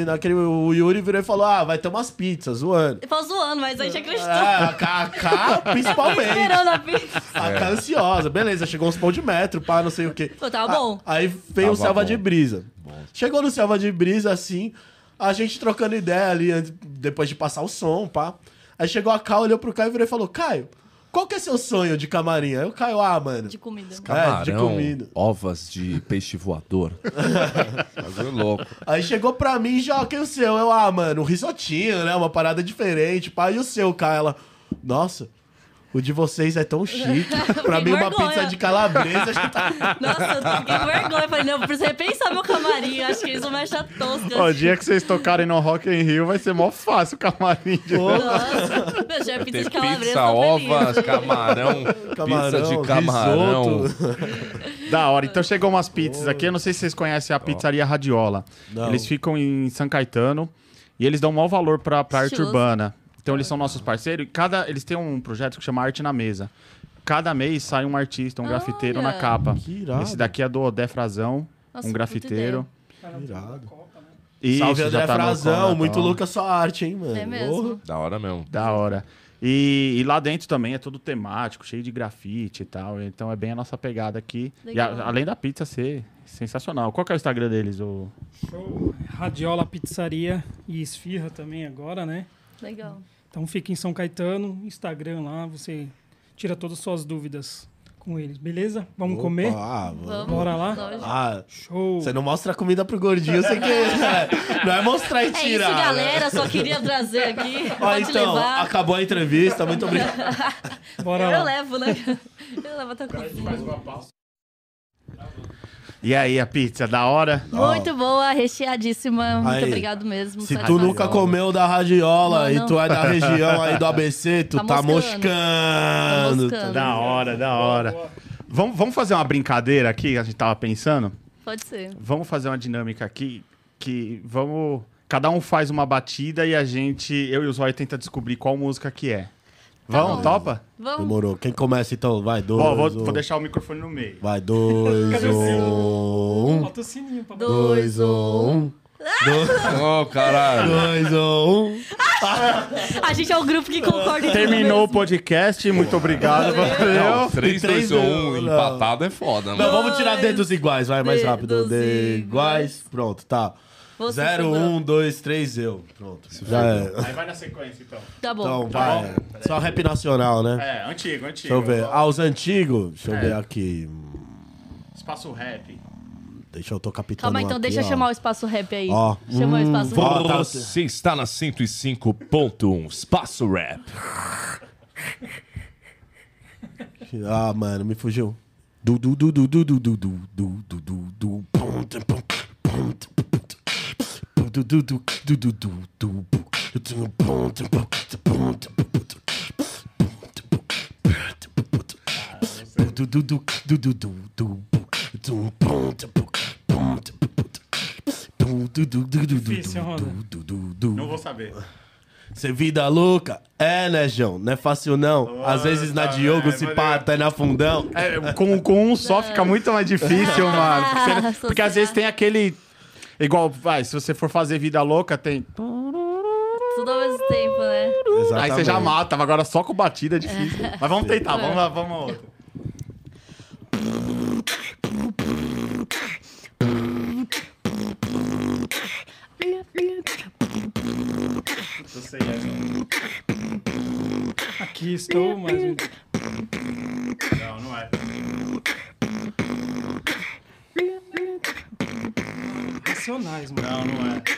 o Yuri virou e falou: vai ter umas pizzas, zoando. Ele falou zoando, mas a gente acreditou. A K, principalmente. Esperando a pizza. A K ansiosa. Beleza, chegou uns pão de metro, pá, não sei o quê. Pô, tava bom. Aí veio o Tava Selva bom. de Brisa. Chegou no Selva de Brisa, assim, a gente trocando ideia ali, depois de passar o som, pá. Aí chegou a Caio, olhou pro Caio e virou e falou, Caio, qual que é seu sonho de camarim? Aí o Caio, mano... De comida. Camarão, de comida. ovas de peixe voador. Bagulho louco. Aí chegou pra mim, já, que o seu? Eu, mano, um risotinho, né? Uma parada diferente, pá. E o seu, Caio? Ela, nossa... O de vocês é tão chique. Pra mim, uma vergonha. pizza de calabresa já tá... Nossa, eu fiquei com vergonha. Eu falei, não, eu preciso repensar meu camarim. Acho que eles vão me achar tosca. O dia que vocês tocarem no Rock in Rio vai ser mó fácil o camarim. Nossa, meu, já é Vai pizza ter de calabresa. pizza, tô feliz. ovas, camarão, pizza de camarão. risoto. Da hora. Então chegou umas pizzas aqui. Eu não sei se vocês conhecem a pizzaria Radiola. Não. Eles ficam em São Caetano e eles dão maior valor pra arte Estiloso. urbana. Então eles são nossos parceiros. E eles têm um projeto que chama Arte na Mesa. Cada mês sai um artista, um grafiteiro na Olha. capa. Que irado. Esse daqui é do Odé Frazão, Nossa, um puta grafiteiro. Irado. Isso, Salve, já André tá no Frazão. Copa, Muito ó. louca a sua arte, hein, mano? É mesmo. Da hora mesmo. Da hora. E lá dentro também é todo temático, cheio de grafite e tal. Então é bem a nossa pegada aqui. E Legal. além da pizza ser sensacional. Qual que é o Instagram deles? Show. Radiola Pizzaria e Esfirra também agora, né? Legal. Então fica em São Caetano, Instagram lá, você tira todas as suas dúvidas com eles, beleza? Vamos comer? Vamos. Bora lá? Lógico. Show! Você não mostra a comida pro gordinho sem querer. Não é mostrar e É tirar. isso, né? galera. Só queria trazer aqui. Ó, Pode então, levar. acabou a entrevista. Muito obrigado. Bora Eu lá. levo, né? Eu levo até cozinha. E aí, a pizza, da hora? Muito boa, recheadíssima. Muito Aí. obrigado mesmo. Se tu satisfação. nunca comeu da radiola Não, e não. tu é da região aí do ABC, tu Tá tá moscando. moscando. Tá moscando. Da hora, da hora. Vamos fazer uma brincadeira aqui, a gente tava pensando? Pode ser. Vamos fazer uma dinâmica aqui que vamos... Cada um faz uma batida e eu e o Zóio tenta descobrir qual música que é. Vamos, bom. topa? Vamos. Demorou. Quem começa então? Vai, Ó, dois. vou deixar o microfone no meio. Vai, 2, Cadê o seu? 1. Bota o sininho pra 2, 1. Ô, caralho. 2, 1. A gente é o grupo que concorda em Terminou o tudo podcast, muito obrigado. Não, Valeu. 3, 2 ou 1 não. empatado é foda, Não, mano. vamos tirar dedos iguais, vai mais rápido. Dedos Dedos iguais. Pronto, tá. Você 0, sobrou. 1, 2, 3, eu. Pronto. Já é. Aí vai na sequência, então. Tá bom. Então, vai. Só rap nacional, né? É, antigo. Deixa eu ver. Ah, os antigos? Deixa eu ver aqui. Espaço rap. Deixa eu tô capitando Calma, então aqui, deixa eu ó. chamar o espaço rap aí. Ó. Chama o espaço rap. Ó, tá. Você está na 105.1 Espaço Rap. Ah, mano, me fugiu. Du du du du du du du du du du du du pum, tum, pum, pum, tum, pum, tum, du du du du du du du tum, pum, tum, pum, tum, pum, tum, pum, tum, du du du du du du du tum, pum, tum, pum, pum, tum, pum, du du du du du Difícil, Ronda. du du du. Não vou saber. Ser vida louca, né, João? Não é fácil, não. Às vezes na Diogo se pá, até na fundão. É, com um só fica muito mais difícil, mano. Porque às vezes tem aquele... Igual, vai, se você for fazer vida louca, tem... Tudo ao mesmo tempo, né? Aí você já mata, agora só com batida é difícil. Mas vamos tentar, vamos lá, vamos a outra. Eu sei, Aqui estou, mas... Não é. Racionais, mano. Não é.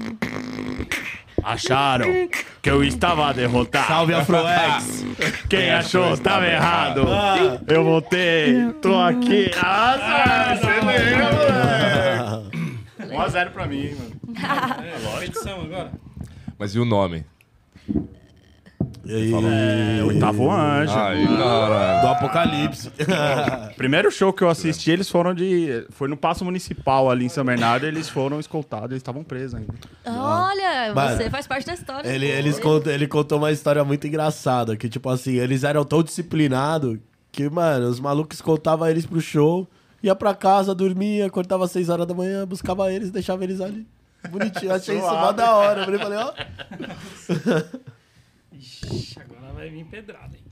Acharam que eu estava derrotado. Salve, Afroex! Quem achou estava errado. Eu voltei, tô aqui. Você lembra? 1-0 pra mim, mano. Competição agora. Mas e o nome? E aí? Oitavo Anjo. Aí, caralho. Do Apocalipse. Primeiro show que eu assisti, eles foram Foi no Paço Municipal ali em São Bernardo, eles foram escoltados, eles estavam presos ainda. Olha, Mano, você faz parte da história. Ele contou uma história muito engraçada, que tipo assim, eles eram tão disciplinados que, mano, os malucos escoltavam eles pro show, ia pra casa, dormia, acordava às 6 horas da manhã, buscava eles, deixava eles ali. Bonitinho, achei isso mó da hora. Eu falei, ó. Ixi, agora vai vir pedrada, hein?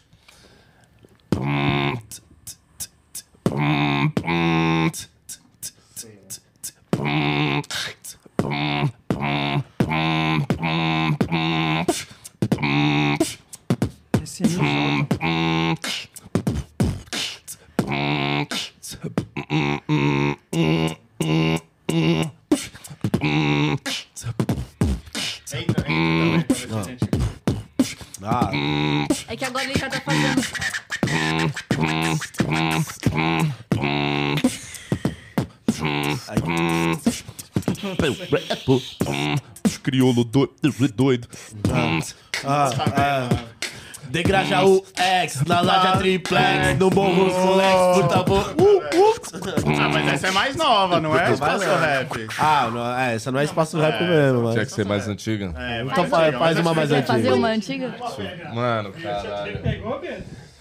Esse é meu. Ah, É que agora ele já tá fazendo. Crioulo doido. de Grajaú X, na Laja Triplex, no Morro Solex, por favor. Ah, mas essa é mais nova, não é? Espaço Rap. Ah, não, essa não é espaço rap mesmo, Tinha mas. que ser mais antiga. É, Então faz uma mais Quer fazer antiga. uma antiga? Mano, caralho. Pegou, Pedro?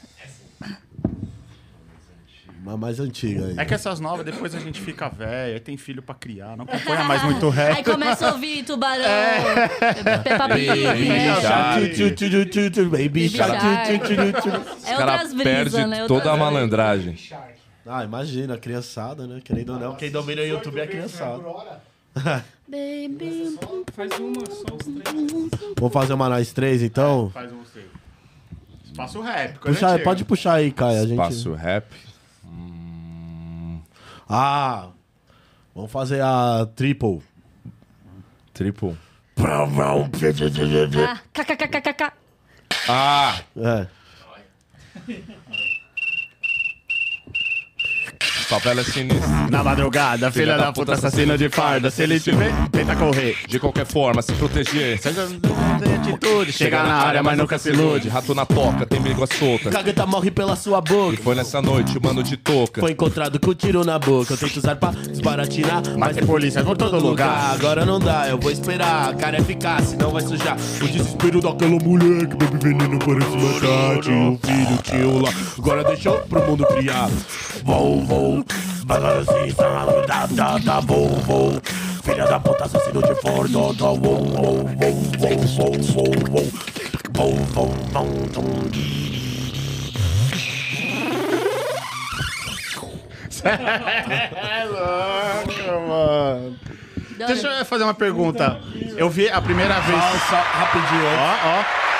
Uma mais antiga aí. É que essas novas, depois a gente fica velho, aí tem filho pra criar, não acompanha mais muito rap. Aí começa a ouvir Tubarão, É. Peppa Pig. Baby Shark. É O cara outras brisas, perde né? toda a Outras- malandragem. Ah, imagina, a criançada, né? Querendo ou não, quem domina o YouTube é a criançada. Baby. Faz uma, só os três. Vamos fazer uma nós três, então? Faz um você. Espaço Rap. coisa Puxa, antiga. pode puxar aí, Caio. A gente... Espaço rap. Ah, vamos fazer a triple. Triple. Ah, kkkkkk. Ah! É. Favela sinistra. Na madrugada, filha da puta assassina de farda. Se ele te vê, tenta correr. De qualquer forma, se proteger. Seja atitude. Chega na área, mas nunca se ilude. Rato na toca, tem língua solta. Cagueta morre pela sua boca. E foi nessa noite, o mano de touca. Foi encontrado com tiro na boca. Eu tento usar pra desbaratinar, Mas tem polícia por todo lugar. Agora não dá, eu vou esperar. A cara é eficaz, senão vai sujar. O desespero daquela mulher que bebe veneno para se matar. Tinha um filho, tinha um lá. Agora deixou pro mundo criar. Vou, vou. Filha da puta, assassino de forno. É louco, mano. Deixa eu fazer uma pergunta. Eu vi a primeira vez. Rapidinho, Ó.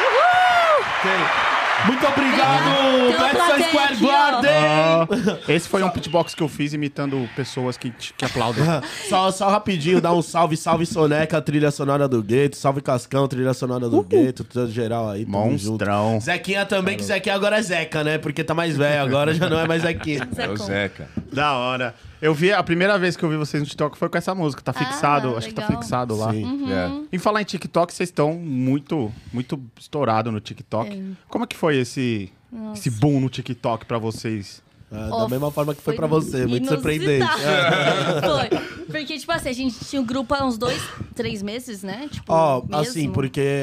Muito obrigado, Tem uma Madison plateia Square aqui, ó. Garden. Esse foi um pitbox que eu fiz imitando pessoas que aplaudem. Só rapidinho, dá um salve Soneca, trilha sonora do Gueto. Salve Cascão, trilha sonora do Gueto. Tudo geral aí, tamo junto. Monstrão. Zequinha também, que Zequinha agora é Zeca, né? Porque tá mais velho, agora já não é mais Zequinha. É o Zeca. Da hora. Eu vi, a primeira vez que eu vi vocês no TikTok foi com essa música. Tá fixado, acho que tá legal. fixado lá. Sim. É. Em falar em TikTok, vocês estão muito estourados no TikTok. Como é que foi esse boom no TikTok pra vocês? Da mesma forma que foi pra você, muito surpreendente. Foi. Porque, tipo assim, a gente tinha um grupo há uns 2, 3 meses, né? Tipo, Ó, mesmo. assim, porque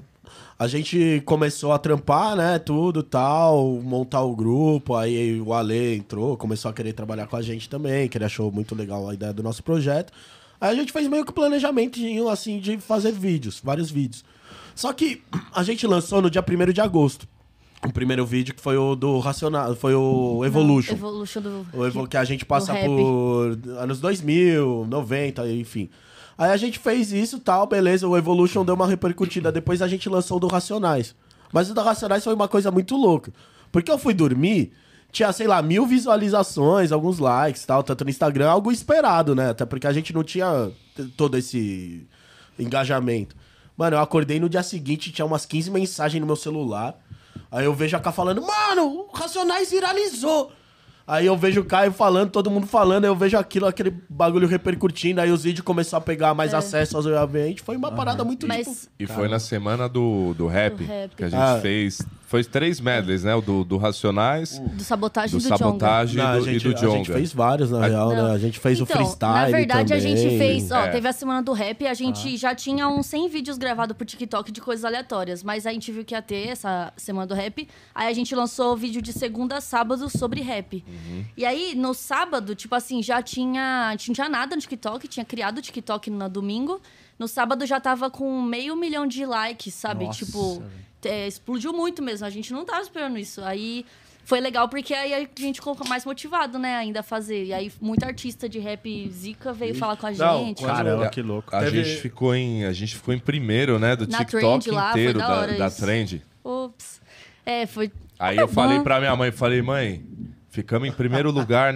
a gente começou a trampar, né, tudo tal, montar o grupo, aí o Ale entrou, começou a querer trabalhar com a gente também, que ele achou muito legal a ideia do nosso projeto. Aí a gente fez meio que um planejamentinho, assim, de fazer vídeos, vários vídeos. Só que a gente lançou no dia 1º de agosto. O primeiro vídeo que foi o do Racional, foi o Evolution. Evolution do... Que a gente passa rap. por anos 2000, 90, enfim. Aí a gente fez isso, tal, beleza, o Evolution deu uma repercutida. Depois a gente lançou o do Racionais. Mas o do Racionais foi uma coisa muito louca. Porque eu fui dormir, tinha, sei lá, 1000 visualizações, alguns likes, tal, tanto no Instagram, algo esperado, né? Até porque a gente não tinha todo esse engajamento. Mano, eu acordei no dia seguinte, tinha umas 15 mensagens no meu celular. Aí eu vejo a K falando, mano, o Racionais viralizou. Aí eu vejo o Caio falando, todo mundo falando, aí eu vejo aquele bagulho repercutindo, aí os vídeos começaram a pegar mais acesso aos ambientes. Foi uma parada muito, tipo... Mas E foi na semana do rap, rap. que a gente fez. Foi 3 medleys, né? O do Racionais, do Sabotagem do e do Djonga. Sabotagem Não, e do a gente Djonga. fez vários, na real, né? A gente fez o freestyle na verdade, também. a gente fez... Ó, É. teve a Semana do Rap e a gente já tinha uns 100 vídeos gravados por TikTok de coisas aleatórias. Mas a gente viu que ia ter essa Semana do Rap. Aí a gente lançou o vídeo de segunda a sábado sobre rap. E aí, no sábado, tipo assim, já tinha... A gente não tinha nada no TikTok. Tinha criado o TikTok no domingo. No sábado já tava com 500 mil de likes, sabe? Nossa, tipo... explodiu muito mesmo, a gente não tava esperando isso. Aí foi legal porque aí a gente ficou mais motivado, né, ainda a fazer. E aí muito artista de rap zica veio falar com a Não, gente. Caramba, que louco. A Teve- gente ficou em primeiro, né? Do Na TikTok trend lá, foi inteiro, da hora da isso. trend. Ops. Foi... Aí eu falei pra minha mãe, mãe, ficamos em primeiro lugar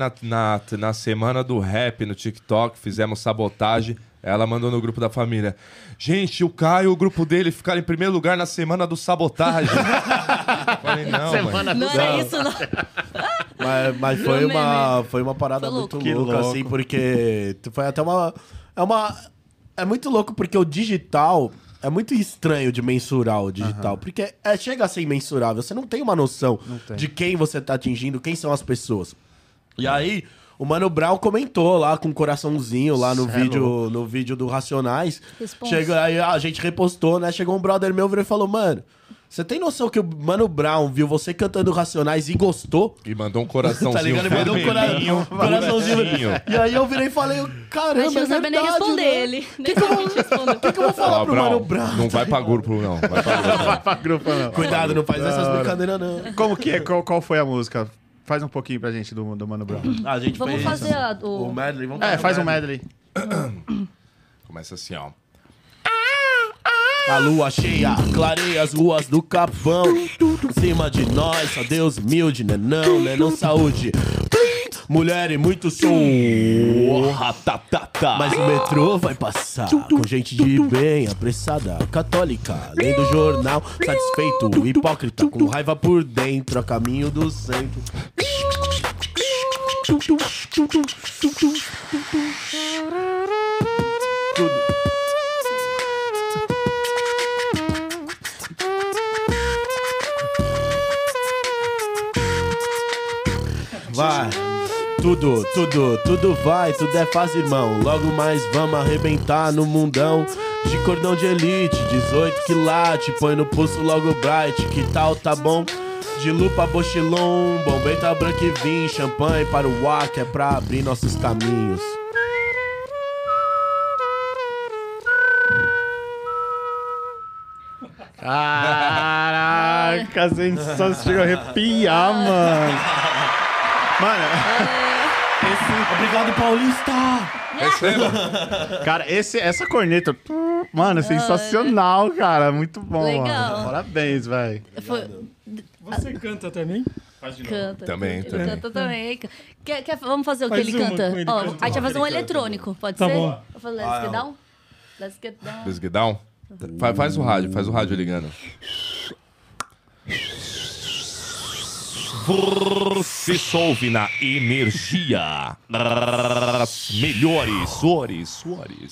na semana do rap no TikTok, fizemos sabotagem. Ela mandou no grupo da família. Gente, o Caio e o grupo dele ficaram em primeiro lugar na semana do sabotagem. Eu falei, não, mãe. Não era isso, não. Mas foi uma parada Foi louco. muito Que louca, louco. assim, porque foi até É muito louco porque o digital é muito estranho de mensurar o digital. Porque chega a ser imensurável. Você não tem uma noção de quem você tá atingindo, quem são as pessoas. E aí, o Mano Brown comentou lá com um coraçãozinho lá no vídeo do Racionais. Responsa. Chega, aí a gente repostou, né? Chegou um brother meu virou e falou, mano, você tem noção que o Mano Brown viu você cantando Racionais e gostou? E mandou um coraçãozinho Tá ligado? Ele mandou um vermelhinho, coraçãozinho. bonitinho. E aí eu virei e falei, A caramba, gente não é sabia nem verdade, responder né? ele. Nem sabia responder. O que eu vou falar Ó, pro Mano Brown? Não vai pra grupo, não. Vai pra grupo. Vai pra grupo, não. Cuidado, não faz essas brincadeiras, não. Como que é? Qual foi a música? Faz um pouquinho pra gente do Mano Brown. A gente Vamos fez fazer o medley, vamos É, fazer faz um medley. Começa assim, ó. A lua cheia, clareia as ruas do Capão. Em cima de nós, só Deus humilde, né não saúde. Mulher e muito som. Mas o metrô vai passar com gente de bem, apressada, católica, lendo jornal, satisfeito, hipócrita, com raiva por dentro, a caminho do centro. Tudo vai, tudo é fácil, irmão. Logo mais vamos arrebentar no mundão. De cordão de elite, 18 quilate. Põe no pulso logo bright, que tal, tá bom? De lupa, bochilon, bombeta branca e vinho. Champanhe para o ar, que é pra abrir nossos caminhos. Caraca, sensacional. Chega a arrepiar, mano. Mano, Obrigado, Paulista! Receba. cara, essa corneta, mano, é sensacional, cara. Muito bom, Legal. mano. Parabéns, velho. Você canta também? Canta. Também. Ele canta também. Vamos fazer o que Faz ele uma canta? com ele, Ó, canta. a gente vai fazer um eletrônico, pode Tá ser? bom. Eu falo, let's get down? Let's get down. Let's get down. Faz o rádio ligando. Você solve na energia. As melhores suores.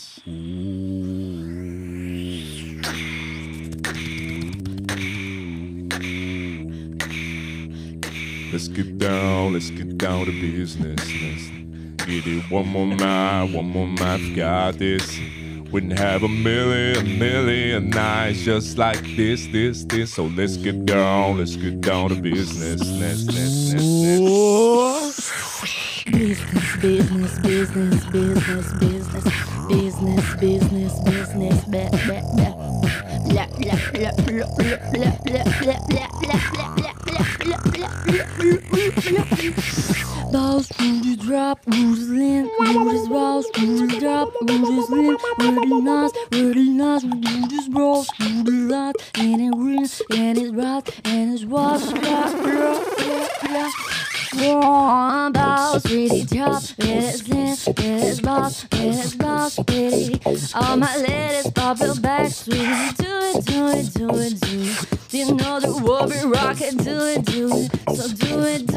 Let's get down to business. Get it one more mile, got this. Wouldn't have a million nights just like this. So let's get down to business. Balls through the drop, Rudy's land, Rudy's balls through the drop, Rudy's land, Rudy nice, Rudy's balls, Rudy lot, and it green, and it's rot, and it's wash, balls, Rudy drop, Rudy's land, Rudy's balls, Rudy. All my ladies pop your back, sweet, do it. You know the world be rockin', do it. So do it.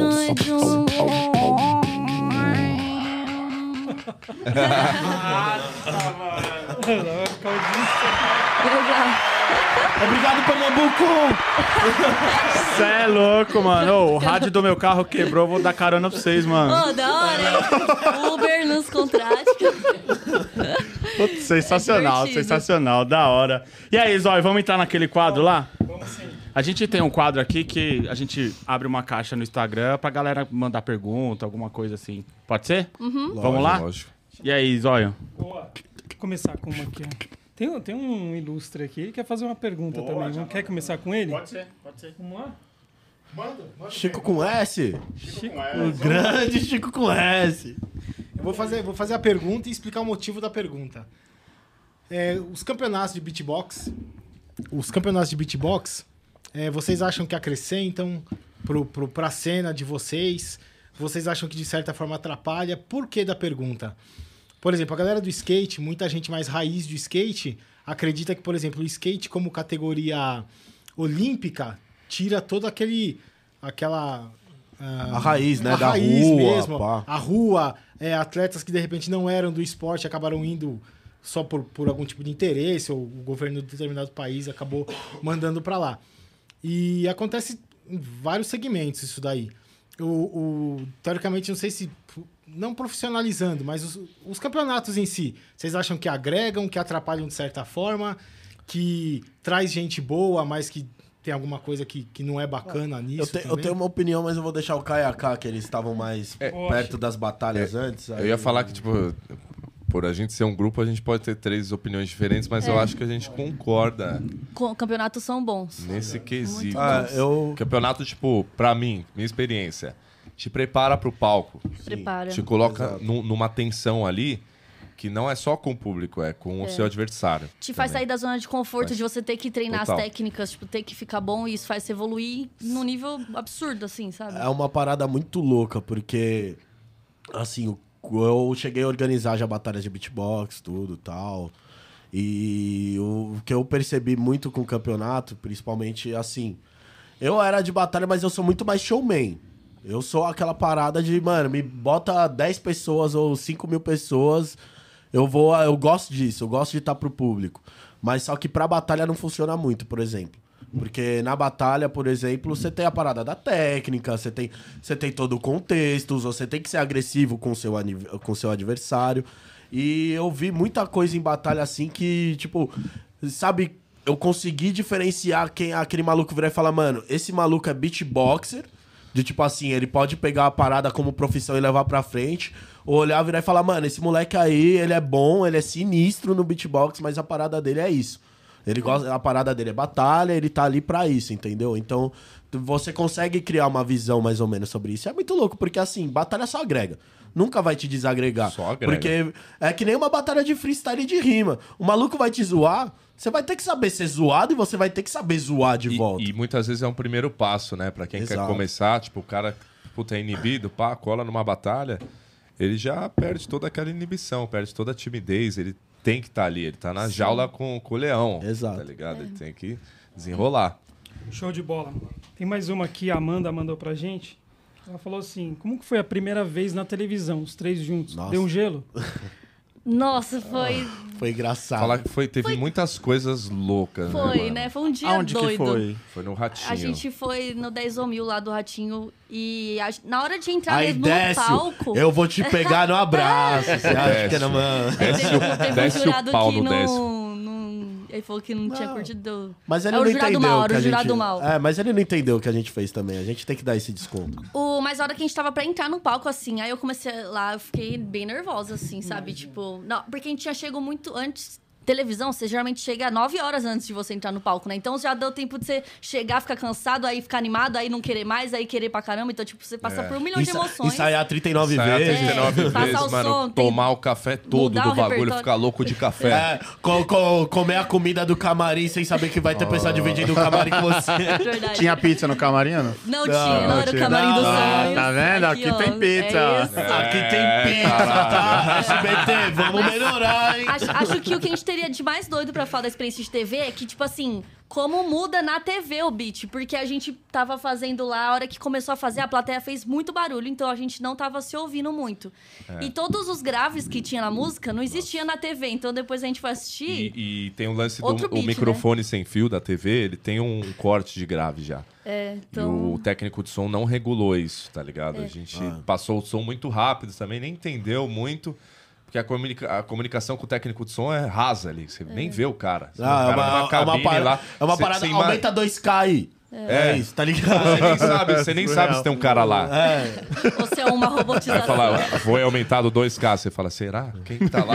Obrigado, Pernambuco! Cê é louco, mano. Ô, o rádio do meu carro quebrou, vou dar carona pra vocês, mano. Oh, da hora, hein? Uber nos contratos. Putz, sensacional, divertido. sensacional, da hora. E aí, Zói, vamos entrar naquele quadro lá? Vamos sim. A gente tem um quadro aqui que a gente abre uma caixa no Instagram pra galera mandar pergunta, alguma coisa assim. Pode ser? Vamos lá? Lógico. E aí, Zóio? Boa. Vou começar com uma aqui, ó. Tem um ilustre aqui, ele quer fazer uma pergunta também. Não quer começar com ele? ser, pode ser. Vamos lá? Chico com S? Chico. O grande Chico com S. Eu vou fazer a pergunta e explicar o motivo da pergunta. Os campeonatos de beatbox, vocês acham que acrescentam pra cena de vocês? Vocês acham que de certa forma atrapalha? Por que da pergunta? Por exemplo, a galera do skate, muita gente mais raiz do skate, acredita que, por exemplo, o skate como categoria olímpica tira todo aquela... A raiz, né? A Da raiz rua, mesmo. pá. A rua, atletas que de repente não eram do esporte acabaram indo só por algum tipo de interesse, ou o governo de determinado país acabou mandando para lá. E acontece em vários segmentos isso daí. Teoricamente, não sei se... Não profissionalizando, mas os campeonatos em si, vocês acham que agregam, que atrapalham de certa forma, que traz gente boa, mas que tem alguma coisa que não é bacana nisso? Eu tenho uma opinião, mas eu vou deixar o Kayaká, que eles estavam mais perto das batalhas antes. Eu ia falar que, tipo, por a gente ser um grupo, a gente pode ter 3 opiniões diferentes, mas eu acho que a gente concorda Campeonatos são bons. nesse quesito. eu... Campeonato, tipo, pra mim, minha experiência, te prepara pro palco. Prepara. Te coloca numa tensão ali que não é só com o público, é com o seu adversário. Te faz sair da zona de conforto, de você ter que treinar Total. as técnicas, tipo, ter que ficar bom, e isso faz você evoluir num nível absurdo, assim, sabe? É uma parada muito louca, porque, assim, eu cheguei a organizar já batalhas de beatbox, tudo e tal. E o que eu percebi muito com o campeonato, principalmente, assim, eu era de batalha, mas eu sou muito mais showman. Eu sou aquela parada de, mano, me bota 10 pessoas ou 5 mil pessoas, eu gosto disso, eu gosto de estar pro público. Mas só que pra batalha não funciona muito, por exemplo. Porque na batalha, por exemplo, você tem a parada da técnica, você tem todo o contexto, você tem que ser agressivo com o seu adversário. E eu vi muita coisa em batalha assim que, tipo, sabe, eu consegui diferenciar quem aquele maluco virar e falar, mano, esse maluco é beatboxer, de tipo assim, ele pode pegar a parada como profissão e levar pra frente, ou olhar, virar e falar, mano, esse moleque aí, ele é bom, ele é sinistro no beatbox, mas a parada dele é isso. Ele gosta, a parada dele é batalha, ele tá ali pra isso, entendeu? Então, você consegue criar uma visão mais ou menos sobre isso. É muito louco, porque assim, batalha só agrega. Nunca vai te desagregar. Só agrega. Porque é que nem uma batalha de freestyle de rima. O maluco vai te zoar, você vai ter que saber ser zoado e você vai ter que saber zoar de volta. E muitas vezes é um primeiro passo, né? Pra quem quer Exato. começar, tipo, o cara puta, é inibido, pá, cola numa batalha, ele já perde toda aquela inibição, perde toda a timidez, ele tem que estar ali, ele tá na jaula com o leão. Exato. Tá ligado? Ele tem que desenrolar. Show de bola. Tem mais uma aqui, a Amanda mandou pra gente. Ela falou assim, como que foi a primeira vez na televisão, os três juntos? Nossa. Deu um gelo? Nossa, foi. Foi engraçado. Falar que teve muitas coisas loucas, Foi, mano? né? Foi um dia Aonde doido. que foi? Foi no Ratinho. A gente foi no 10 ou 1000 lá do Ratinho e na hora de entrar Aí mesmo desce, no palco. eu vou te pegar no abraço. Você acha Desce. que era, mano? Teve um desce o jurado pau que no desce. ele falou que não tinha curtido. Mas ele É o não jurado entendeu mal, que era o a gente... jurado mal. É, mas ele não entendeu o que a gente fez também. A gente tem que dar esse desconto. Mas a hora que a gente tava pra entrar no palco, assim, aí eu comecei lá, eu fiquei bem nervosa, assim, sabe? Tipo, não, porque a gente já chegou muito antes. Televisão, você geralmente chega 9 horas antes de você entrar no palco, né? Então já deu tempo de você chegar, ficar cansado, aí ficar animado, aí não querer mais, aí querer pra caramba. Então, tipo, você passa por 1 milhão de emoções. Ensaiar 39 Ensaiar vezes. 39 passar vezes, o mano. som, tem- Tomar o café todo mudar do o bagulho, repertório. ficar louco de café. É, comer a comida do camarim sem saber que vai ter pessoa dividindo o camarim com você. Verdade. Tinha pizza no camarim, não? Não tinha, não era o tinha. camarim dos Não, sonhos. tá vendo? Aqui ó, tem pizza. é isso. Aqui tem pizza, tá? SBT, vamos melhorar, hein? Acho que o que a gente teria de mais doido pra falar da experiência de TV é que, tipo assim, como muda na TV o beat. Porque a gente tava fazendo lá, a hora que começou a fazer, a plateia fez muito barulho, então a gente não tava se ouvindo muito. E todos os graves que tinha na música não existia na TV, então depois a gente foi assistir. E tem o lance Outro do beat, microfone sem fio da TV, ele tem um corte de grave já. Então... E o técnico de som não regulou isso, tá ligado? A gente passou o som muito rápido também, nem entendeu muito. Porque a comunicação com o técnico de som é rasa ali. Você nem vê o cara. Você vê o cara numa cabine lá. É uma Você- parada, você aumenta 2K aí. É isso, tá ligado? Você nem sabe se tem um cara lá. Ou se é uma Vai robotização. falar, foi aumentado 2K. Você fala, será? Quem que tá lá?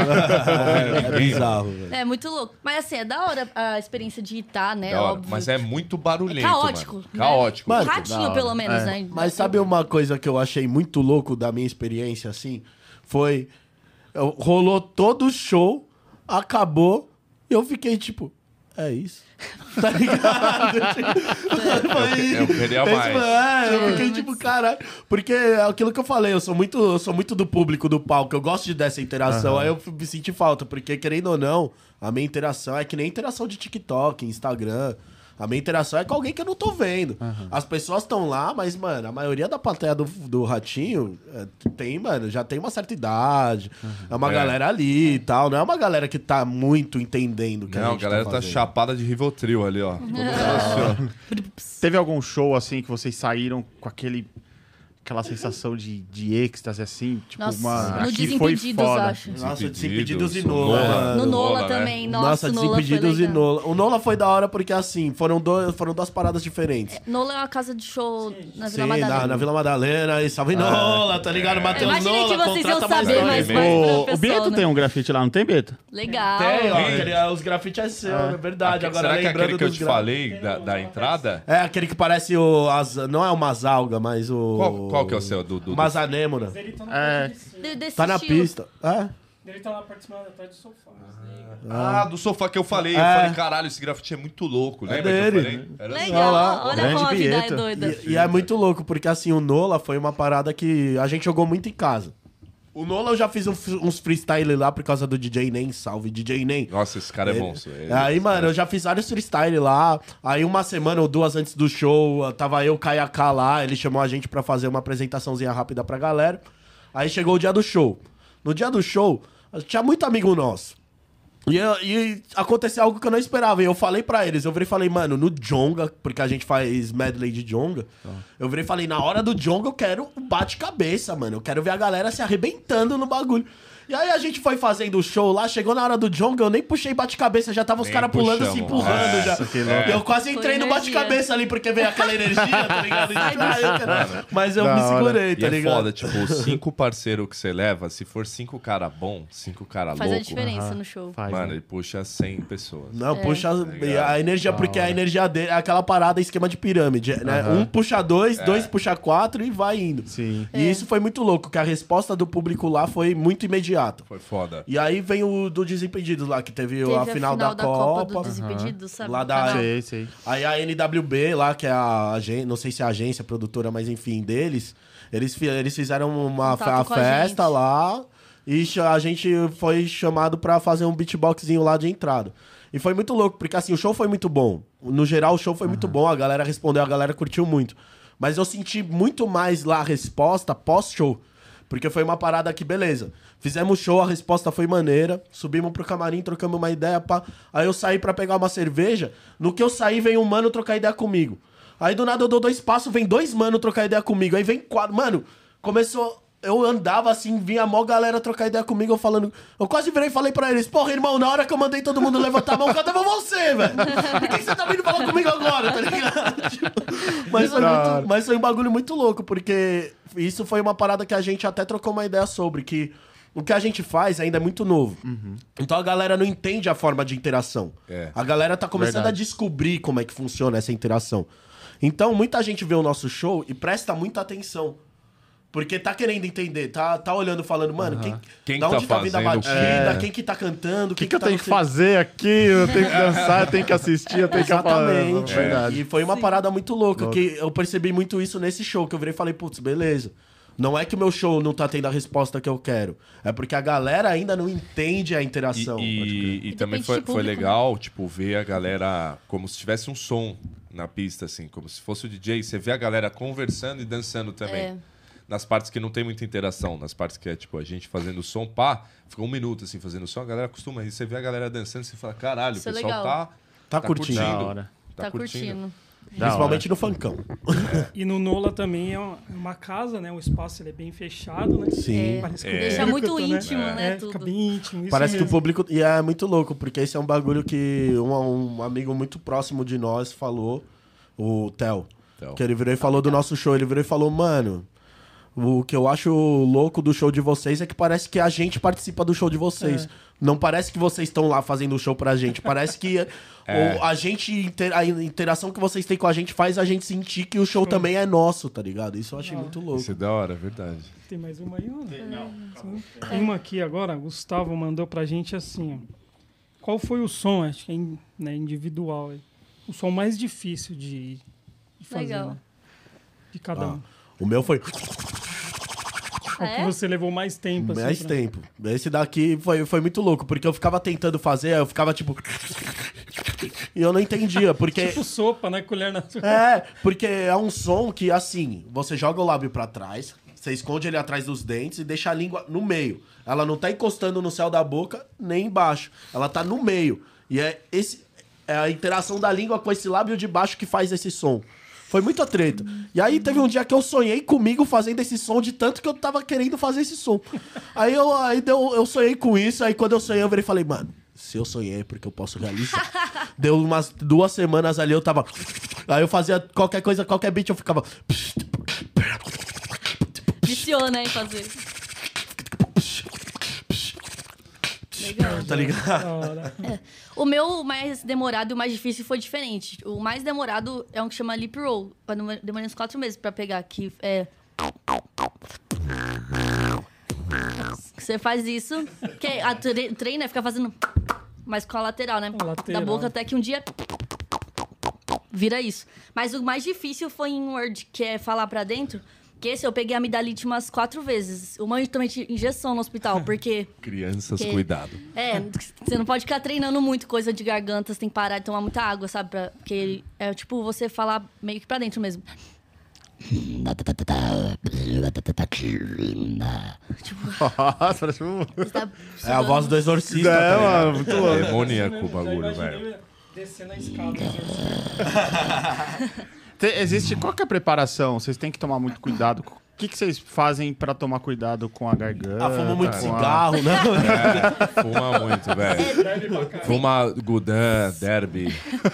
É bizarro, velho. É muito louco. Mas assim, é da hora a experiência de estar, né? Da hora. Óbvio. Mas é muito barulhento, É caótico, mano. né? Caótico. Mano, Um ratinho, pelo menos, né? Mas sabe uma coisa que eu achei muito louco da minha experiência, assim? Foi... Rolou todo o show, acabou, e eu fiquei tipo... É isso. Tá ligado? Eu queria mais. Eu fiquei tipo, caralho. Porque é aquilo que eu falei, eu sou muito do público do palco, eu gosto dessa interação. Aí eu me senti falta, porque querendo ou não, a minha interação é que nem interação de TikTok, Instagram. A minha interação é com alguém que eu não tô vendo. As pessoas estão lá, mas, mano, a maioria da plateia do Ratinho tem, mano, já tem uma certa idade. É uma galera ali e tal. Não é uma galera que tá muito entendendo o que a Não, a gente galera tá fazendo. chapada de Rivotril ali, ó. Todo mundo assim, ó. Teve algum show, assim, que vocês saíram com aquela sensação de êxtase, assim? Tipo, Nossa, mano, no aqui foi Desimpedidos, foda. acho. Nossa, Desimpedidos e Nola. Nola. No Nola né? também. Nossa, Nossa, o Nola foi Desimpedidos e legal. Nola. O Nola foi da hora porque, assim, foram duas paradas diferentes. Nola é uma casa de show na Vila Sim, Madalena. na Vila Madalena. E salve Nola, tá ligado? Matheus Imaginei Nola, que vocês iam contrata mais saber nós. mais Tem, pra O pessoal, Bieto né? tem um grafite lá, não tem, Bieto? Legal. Tem, ó. Tem. Os grafites é seu, é verdade. Agora, Será que é lembrando aquele que eu dos te falei da entrada? É aquele que parece não é o Mazalga, mas o... Qual que é o seu? Do Mazanêmona. Ele tá na É. parte de cima. Desse Tá na estilo. pista. É? Ele tá lá participando atrás do sofá. do sofá que eu falei. Eu É. falei, caralho, esse grafite é muito louco. Lembra que eu dele. falei? Era assim. Legal, lá. olha Grande como a vida é Bieto. doida. E é muito louco, porque assim, o Nola foi uma parada que a gente jogou muito em casa. O Nola eu já fiz uns freestyle lá por causa do DJ Nem, salve DJ Nem. Nossa, esse cara é monstro. Aí, mano, eu já fiz vários freestyle lá. Aí, uma semana ou duas antes do show, tava eu, Kayaká lá. Ele chamou a gente pra fazer uma apresentaçãozinha rápida pra galera. Aí chegou o dia do show. No dia do show, tinha muito amigo nosso. E aconteceu algo que eu não esperava. E eu falei pra eles, eu virei e falei, mano, no Jonga, porque a gente faz medley de Jonga, eu virei e falei, na hora do Jonga eu quero um bate-cabeça, mano. Eu quero ver a galera se arrebentando no bagulho. E aí a gente foi fazendo o show lá, chegou na hora do Jonga, eu nem puxei bate-cabeça, já tava os caras pulando, se empurrando já. Eu quase entrei no bate-cabeça ali, porque veio aquela energia, tá ligado? Mas eu me segurei, tá E ligado? é foda, tipo, os 5 parceiros que você leva, se for 5 cara bom, 5 cara Faz louco, a diferença no show. Faz, mano, né? ele puxa 100 pessoas. Não, puxa a energia, porque a energia dele é aquela parada, esquema de pirâmide, né? Um puxa dois puxa 4 e vai indo. Sim. E isso foi muito louco, que a resposta do público lá foi muito imediata. Foi foda. E aí vem o do Desimpedidos lá, que teve a final da Copa. do Desimpedidos, sabe? Lá da- Canal. Sei. Aí a NWB lá, que é a agência, não sei se é a agência, produtora, mas enfim, eles fizeram uma Contato com a festa gente. lá e a gente foi chamado pra fazer um beatboxzinho lá de entrada. E foi muito louco, porque assim, o show foi muito bom. No geral, o show foi muito bom, a galera respondeu, a galera curtiu muito. Mas eu senti muito mais lá a resposta pós-show. Porque foi uma parada que, beleza, fizemos show, a resposta foi maneira, subimos pro camarim, trocamos uma ideia, pá. Aí eu saí pra pegar uma cerveja, no que eu saí, vem um mano trocar ideia comigo. Aí do nada eu dou 2 passos, vem 2 mano trocar ideia comigo. Aí vem 4, mano, começou... Eu andava assim, vinha a mó galera trocar ideia comigo, eu falando... Eu quase virei e falei pra eles, porra, irmão, na hora que eu mandei todo mundo levantar a mão, cadê você, velho? Por que você tá vindo falar comigo agora, tá ligado? Mas foi um bagulho muito louco, porque isso foi uma parada que a gente até trocou uma ideia sobre, que o que a gente faz ainda é muito novo. Então a galera não entende a forma de interação. É. A galera tá começando Verdade. a descobrir como é que funciona essa interação. Então muita gente vê o nosso show e presta muita atenção. Porque tá querendo entender, tá olhando, falando, mano, Quem da tá onde tá vindo a fazendo o batida, quem que tá cantando, O que tá eu tenho não que sei- fazer aqui? Eu tenho que dançar, eu tenho que assistir, eu tenho que Exatamente. falar. Verdade. E foi uma parada muito louca, que eu percebi muito isso nesse show, que eu virei e falei, putz, beleza. Não é que o meu show não tá tendo a resposta que eu quero. É porque a galera ainda não entende a interação. E também depende foi de público, legal, tipo, ver a galera como se tivesse um som na pista, assim, como se fosse o DJ. Você vê a galera conversando e dançando também. É. Nas partes que não tem muita interação, nas partes que é, tipo, a gente fazendo som, pá, fica 1 minuto, assim, fazendo som, a galera costuma rir. Você vê a galera dançando, você fala, caralho, Isso o é pessoal legal. Tá curtindo. Da hora. Tá curtindo. Principalmente no funkão. E no Nola também é uma casa, né? O espaço ele é bem fechado, né? Sim. Parece Deixa que muito íntimo, né? Fica Tudo. bem íntimo. Isso Parece que o mesmo. público... E é muito louco, porque esse é um bagulho que um amigo muito próximo de nós falou, o Theo. Que ele virou e falou do nosso show. Ele virou e falou, mano... O que eu acho louco do show de vocês é que parece que a gente participa do show de vocês. Não parece que vocês estão lá fazendo o show pra gente. Parece que a interação que vocês têm com a gente faz a gente sentir que o show também é nosso, tá ligado? Isso eu achei muito louco. Isso é da hora, é verdade. Tem mais uma aí, ó? Tem uma aqui agora, o Gustavo mandou pra gente assim, ó. Qual foi o som, acho que é né, individual, o som mais difícil de fazer, Legal. né? De cada um. O meu foi Qual que você levou mais tempo? assim, mais pra- tempo. Esse daqui foi muito louco, porque eu ficava tentando fazer, eu ficava tipo... E eu não entendia, porque... Tipo sopa, né? Colher na sua... Porque é um som que, assim, você joga o lábio pra trás, você esconde ele atrás dos dentes e deixa a língua no meio. Ela não tá encostando no céu da boca, nem embaixo. Ela tá no meio. E é a interação da língua com esse lábio de baixo que faz esse som. Foi muita treta. E aí teve um dia que eu sonhei comigo fazendo esse som de tanto que eu tava querendo fazer esse som. Aí eu sonhei com isso, aí quando eu sonhei eu virei e falei, mano, se eu sonhei é porque eu posso realizar. Deu umas 2 semanas ali, eu tava... Aí eu fazia qualquer coisa, qualquer beat, eu ficava... Viciou, né, em fazer. Legal. Tá ligado? Da hora. O meu mais demorado e o mais difícil foi diferente. O mais demorado é um que chama Lip Roll. Demorei uns 4 meses pra pegar, que é... Você faz isso, que a treina é ficar fazendo... Mas com a lateral, né? A lateral. Da boca até que um dia... Vira isso. Mas o mais difícil foi em Word, que é falar pra dentro. Que esse eu peguei a amidalite umas 4 vezes. Uma eu tomei injeção no hospital, porque... Crianças, Que- cuidado. Você não pode ficar treinando muito coisa de garganta, você tem que parar de tomar muita água, sabe? Porque é tipo você falar meio que pra dentro mesmo. Nossa, parece um... Tá É a voz do exorcista. É, tá ligado? mano, muito louco. É demoníaco o Já bagulho, imaginei velho. descendo a escada. Existe... Qual que é a preparação? Vocês têm que tomar muito cuidado. O que vocês fazem pra tomar cuidado com a garganta? Ah, fuma muito com a- cigarro, né? Fuma muito, velho. Fuma Gudan, Derby.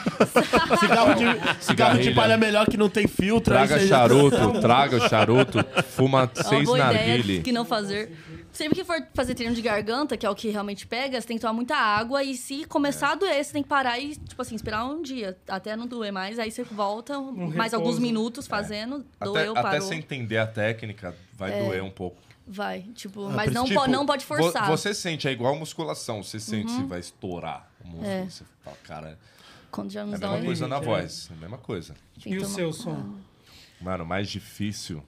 Cigarro de palha é melhor que não tem filtro. Traga aí você- charuto, traga o charuto. Fuma É uma 6 boa ideia narguile. que não fazer. Sempre que for fazer treino de garganta, que é o que realmente pega, você tem que tomar muita água. E se começar a doer, você tem que parar e, tipo assim, esperar um dia. Até não doer mais. Aí você volta mais repouso. alguns minutos fazendo. Doeu, Até parou. você entender a técnica, vai doer um pouco. Vai, tipo... por Mas isso, não, Tipo, não pode forçar. Você sente, é igual musculação. Você sente se vai estourar o músculo. É. Você fala, cara, Quando já é nos a dá mesma um... coisa na limite, voz. É a mesma coisa. tem E que o tomar- seu som? Mano, mais difícil.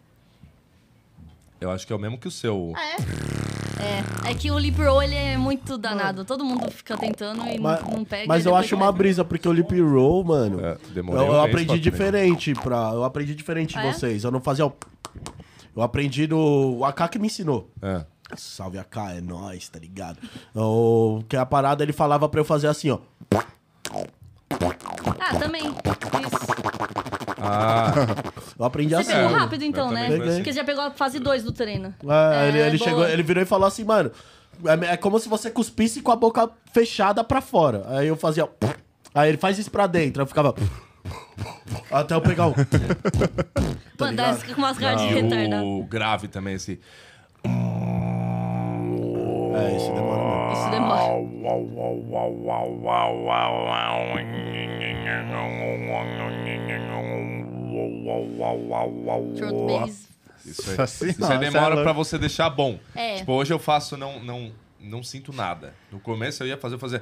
Eu acho que é o mesmo que o seu. É que o lip roll, ele é muito danado. Todo mundo fica tentando e não pega. Mas e eu depois acho vai. uma brisa, porque o lip roll, mano. Demorei Eu um mês aprendi pra aprender. diferente eu aprendi diferente de Ah, é? vocês. Eu não fazia o... Eu aprendi do... O AK que me ensinou. É. Salve AK, é nóis, tá ligado? Que a parada ele falava pra eu fazer assim, ó. Ah, também. Isso. Ah, Eu aprendi Você assim. pegou eu- rápido, então, eu né? também fui assim. Porque você já pegou a fase 2 do treino. Ele boa. chegou, ele virou e falou assim, mano. É como se você cuspisse com a boca fechada pra fora. Aí eu fazia. Ó, aí ele faz isso pra dentro. Aí eu ficava. Até eu pegar o. Mano, dá ligado? com umas caras de e retardado. o grave também, esse. Isso demora mesmo. Isso demora. Short bass. Isso Nossa aí senhora, demora você é pra você deixar bom. É. Tipo, hoje eu faço, não sinto nada. No começo eu ia fazer.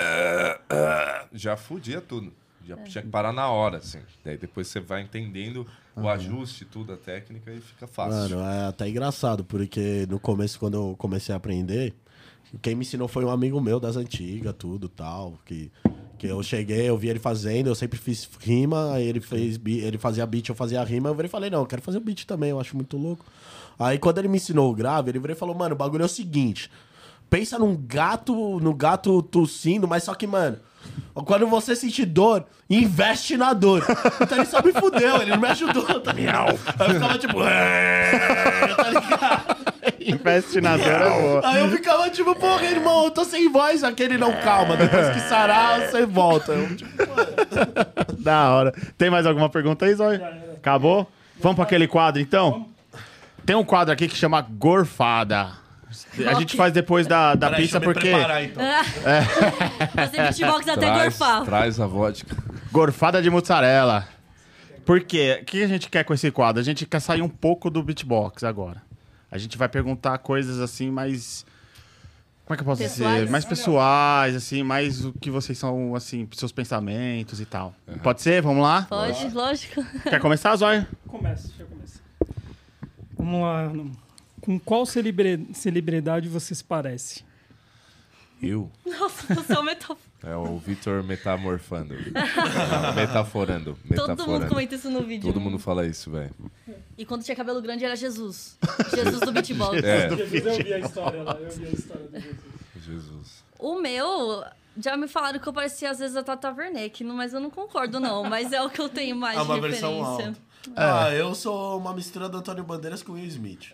Já fudia tudo. Já tinha que parar na hora, assim. Daí depois você vai entendendo o ajuste, tudo, a técnica e fica fácil. Mano, é até engraçado, porque no começo, quando eu comecei a aprender, quem me ensinou foi um amigo meu das antigas, tudo tal. Que eu cheguei, eu vi ele fazendo, eu sempre fiz rima, aí ele fazia beat, eu fazia rima, eu virei e falei, não, eu quero fazer o beat também, eu acho muito louco. Aí quando ele me ensinou o grave, ele virou e falou, mano, o bagulho é o seguinte, pensa no gato tossindo, mas só que, mano, quando você sentir dor, investe na dor. Então ele só me fudeu, ele não me ajudou, tá ligado? Aí eu ficava tipo, tá ligado? Investinador é boa. Aí eu ficava tipo, porra, irmão, eu tô sem voz. Aquele não, calma, depois que sarar, você volta. Eu, tipo, mano. Da hora. Tem mais alguma pergunta aí, Zóio? Acabou? Vamos pra aquele quadro, então? Tem um quadro aqui que chama Gorfada. A gente faz depois da Peraí, pizza deixa eu me porque... preparar, então. Fazer beatbox até gorfar. Traz a vodka. Gorfada de mussarela. Por quê? O que a gente quer com esse quadro? A gente quer sair um pouco do beatbox agora. A gente vai perguntar coisas assim mais... Como é que eu posso Pessoais? dizer? Mais pessoais, assim, mais o que vocês são, assim, seus pensamentos e tal. Pode ser? Vamos lá? Pode, lógico. Quer começar, Zóio? Deixa eu começar. Vamos lá. Com qual celebridade você se parece? Eu? Nossa, você é um metal... É o Vitor metamorfando. Não, metaforando. Todo mundo comenta isso no vídeo. Todo mundo fala isso, velho. E quando tinha cabelo grande era Jesus. Jesus do beatbox. É, Jesus, eu vi a história lá. Eu vi a história do Jesus. Jesus. O meu... Já me falaram que eu parecia às vezes a Tata Werneck, mas eu não concordo não. Mas é o que eu tenho mais É de uma versão referência. alta. Eu sou uma mistura do Antônio Bandeiras com o Will Smith.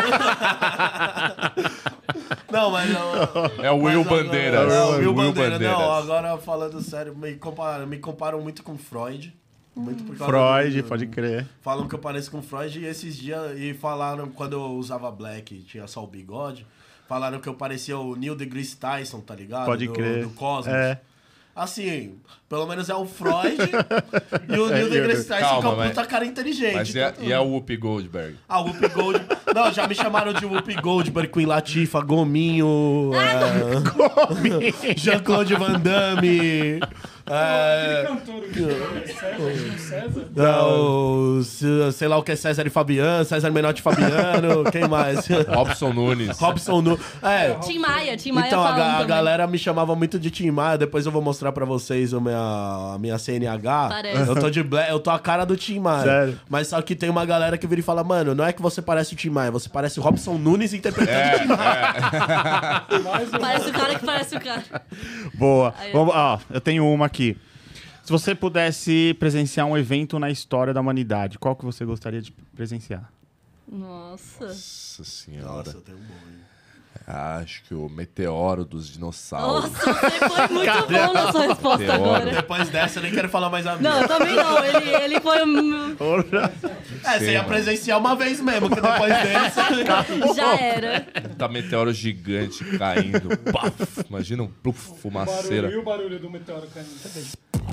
Não, mas... É o Will Bandeiras. É o Will Will Bandeiras. Não, Bandeiras. agora falando sério, me comparam muito com Freud. Muito por causa Freud, do- pode crer. Falam que eu pareço com Freud e esses dias... E falaram, quando eu usava black e tinha só o bigode, falaram que eu parecia o Neil deGrasse Tyson, tá ligado? Pode crer. Do Cosmos. É. Assim, pelo menos é o Freud e o Neil deGrasse Tyson, Calma, que é um mas- puta cara inteligente. Mas então, e a Whoopi Goldberg? a Whoopi Goldberg. Não, já me chamaram de Whoopi Goldberg, Queen Latifah, Gominho, Jean-Claude Van Damme. Cantor, César? Sei lá o que é César e Fabiano, César Menotti e Fabiano, quem mais? Robson Nunes. Robson Nunes. Tim Maia Então, falando a também. galera me chamava muito de Tim Maia. Depois eu vou mostrar pra vocês a minha CNH. Parece. Eu tô a cara do Tim Maia. Sério? Mas só que tem uma galera que vira e fala, mano, não é que você parece o Tim Maia, você parece o Robson Nunes interpretando o Tim Maia. Parece o cara que parece o cara. Boa. Aí, Vamos, eu tenho uma aqui. Se você pudesse presenciar um evento na história da humanidade, qual que você gostaria de presenciar? Nossa. Nossa senhora. Nossa, eu tenho um bom, hein? Acho que o meteoro dos dinossauros. Nossa, você foi muito bom na sua resposta Meteoro. agora. Depois dessa, eu nem quero falar mais a minha. Não, eu também não. Ele foi um... Você ia presenciar uma vez mesmo, que depois dessa... Já era. Tá meteoro gigante caindo. Paf, imagina um pluf, fumaceira. E o barulho do meteoro caindo também.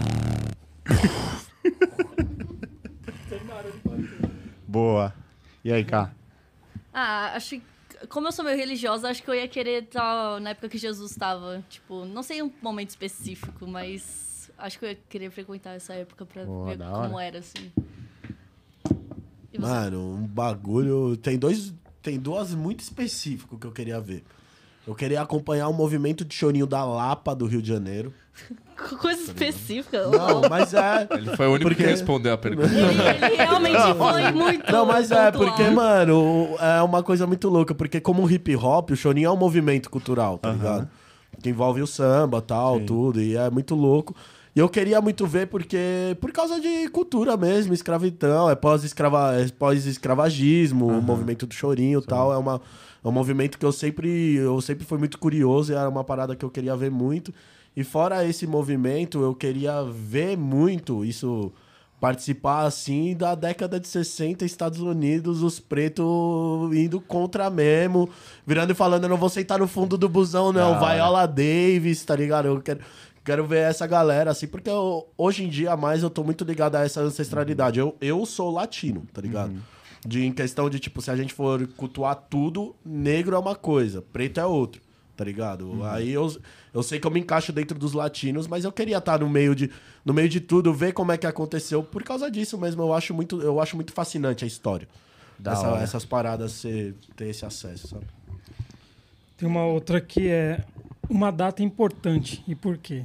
Boa. E aí, Cá? Acho que, como eu sou meio religiosa, acho que eu ia querer estar na época que Jesus estava. Tipo, não sei um momento específico, mas acho que eu ia querer frequentar essa época pra Boa, ver da como hora. era, assim. E você? Mano, um bagulho... Tem duas muito específicas que eu queria ver. Eu queria acompanhar o movimento de chorinho da Lapa, do Rio de Janeiro. Coisa específica. Não, mas é... Ele foi o único Porque- que respondeu a pergunta. Ele realmente foi muito. Não, mas é, pontual. porque, mano, é uma coisa muito louca. Porque como o hip hop, o chorinho é um movimento cultural, tá ligado? Que envolve o samba, tal, tudo. E é muito louco. E eu queria muito ver porque... Por causa de cultura mesmo, escravidão, é pós-escravagismo, o movimento do chorinho e tal. É um movimento que eu sempre fui muito curioso e era uma parada que eu queria ver muito. E fora esse movimento, eu queria ver muito isso... Participar, assim, da década de 60, Estados Unidos, os pretos indo contra mesmo, virando e falando, eu não vou sentar no fundo do busão, não, Viola Davis, tá ligado? Eu quero ver essa galera, assim, porque hoje em dia, mais, eu tô muito ligado a essa ancestralidade. Eu sou latino, tá ligado? Em questão de, tipo, se a gente for cultuar tudo, negro é uma coisa, preto é outro, tá ligado? Aí eu sei que eu me encaixo dentro dos latinos, mas eu queria estar no meio de tudo, ver como é que aconteceu. Por causa disso mesmo, eu acho muito fascinante a história. Essas paradas, ter esse acesso, sabe? Tem uma outra que é uma data importante. E por quê?